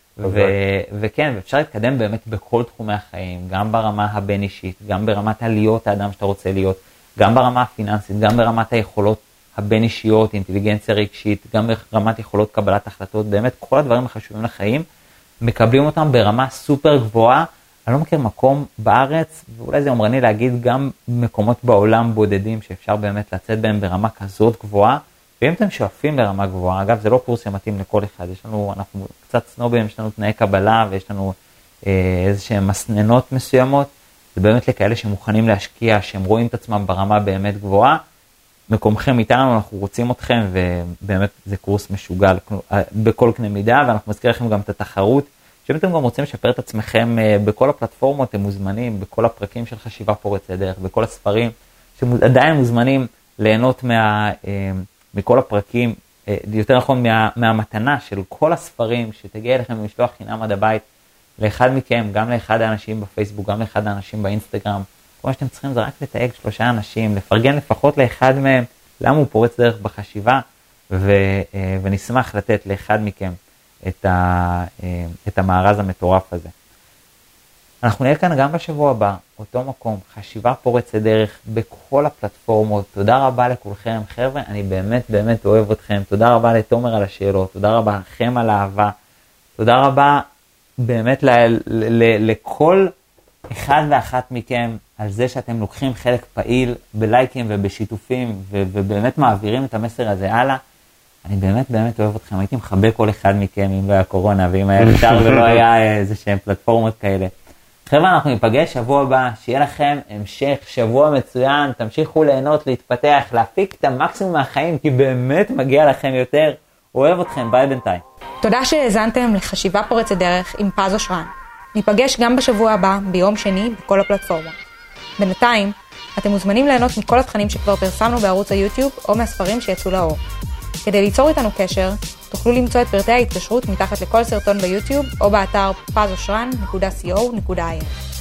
וכן, ואפשר להתקדם באמת בכל תחומי החיים, גם ברמה הבין-אישית, גם ברמת עליות האדם שאתה רוצה להיות, גם ברמה הפיננסית, גם ברמת היכולות הבין-אישיות, אינטליגנציה רגשית, גם ברמת יכולות קבלת החלטות, באמת כל הדברים החשובים לחיים, מקבלים אותם ברמה סופר גבוהה. אני לא מכיר מקום בארץ, ואולי זה אומרני להגיד גם מקומות בעולם בודדים שאפשר באמת לצאת בהם ברמה כזאת גבוהה, ואם אתם שואפים לרמה גבוהה, אגב זה לא קורס שמתאים לכל אחד, יש לנו, אנחנו קצת סנובים, יש לנו תנאי קבלה ויש לנו אה, איזה שהן מסננות מסוימות, זה באמת לכאלה שמוכנים להשקיע, שהם רואים את עצמם ברמה באמת גבוהה, מקומכם איתנו, אנחנו רוצים אתכם, ובאמת זה קורס משוגע בכל קנה מידה, ואנחנו מזכיר לכם גם את התחרות, שאם אתם גם רוצים לשפר את עצמכם בכל הפלטפורמות, אתם מוזמנים, בכל הפרקים של חשיבה פורצת דרך, בכל הספרים, שעדיין מוזמנים ליהנות מה, מכל הפרקים, יותר נכון מה, מהמתנה של כל הספרים, שתגיע אליכם במשלוח חינם עד הבית, לאחד מכם, גם לאחד האנשים בפייסבוק, גם לאחד האנשים באינסטגרם, כל מה שאתם צריכים זה רק לתייג שלושה אנשים, לפרגן לפחות לאחד מהם, למה הוא פורץ דרך בחשיבה, ו, ונשמח לתת לאחד מכם את, ה, את המארז המטורף הזה. אנחנו נהיה כאן גם בשבוע הבא, אותו מקום, חשיבה פורצת דרך בכל הפלטפורמות. תודה רבה לכולכם, חבר'ה, אני באמת באמת אוהב אתכם. תודה רבה לתומר על השאלות, תודה רבה לכם על האהבה, תודה רבה באמת ל- ל- ל- לכל אחד ואחת מכם על זה שאתם לוקחים חלק פעיל בלייקים ובשיתופים ו- ובאמת מעבירים את המסר הזה הלאה. אני באמת באמת אוהב אתכם, הייתי מחבק כל אחד מכם אם לא היה קורונה ואם היה אפשר ולא היה איזה שהם פלטפורמות כאלה. חבר'ה, אנחנו ניפגש שבוע הבא, שיהיה לכם המשך שבוע מצוין, תמשיכו ליהנות, להתפתח, להפיק את המקסימום מהחיים, כי באמת מגיע לכם יותר. אוהב אתכם, ביי בינתיים. תודה שהאזנתם לחשיבה פורצת דרך עם פז אושרן. ניפגש גם בשבוע הבא, ביום שני, בכל הפלטפורמות. בינתיים, אתם מוזמנים ליהנות מכל התכנים שכבר פרסמנו בערוץ היוטיוב או מהספרים שיצאו לאור. כדי ליצור איתנו קשר, תוכלו למצוא את פרטי ההתקשרות מתחת לכל סרטון ביוטיוב או באתר פז אושרן נקודה קו נקודה איי אן.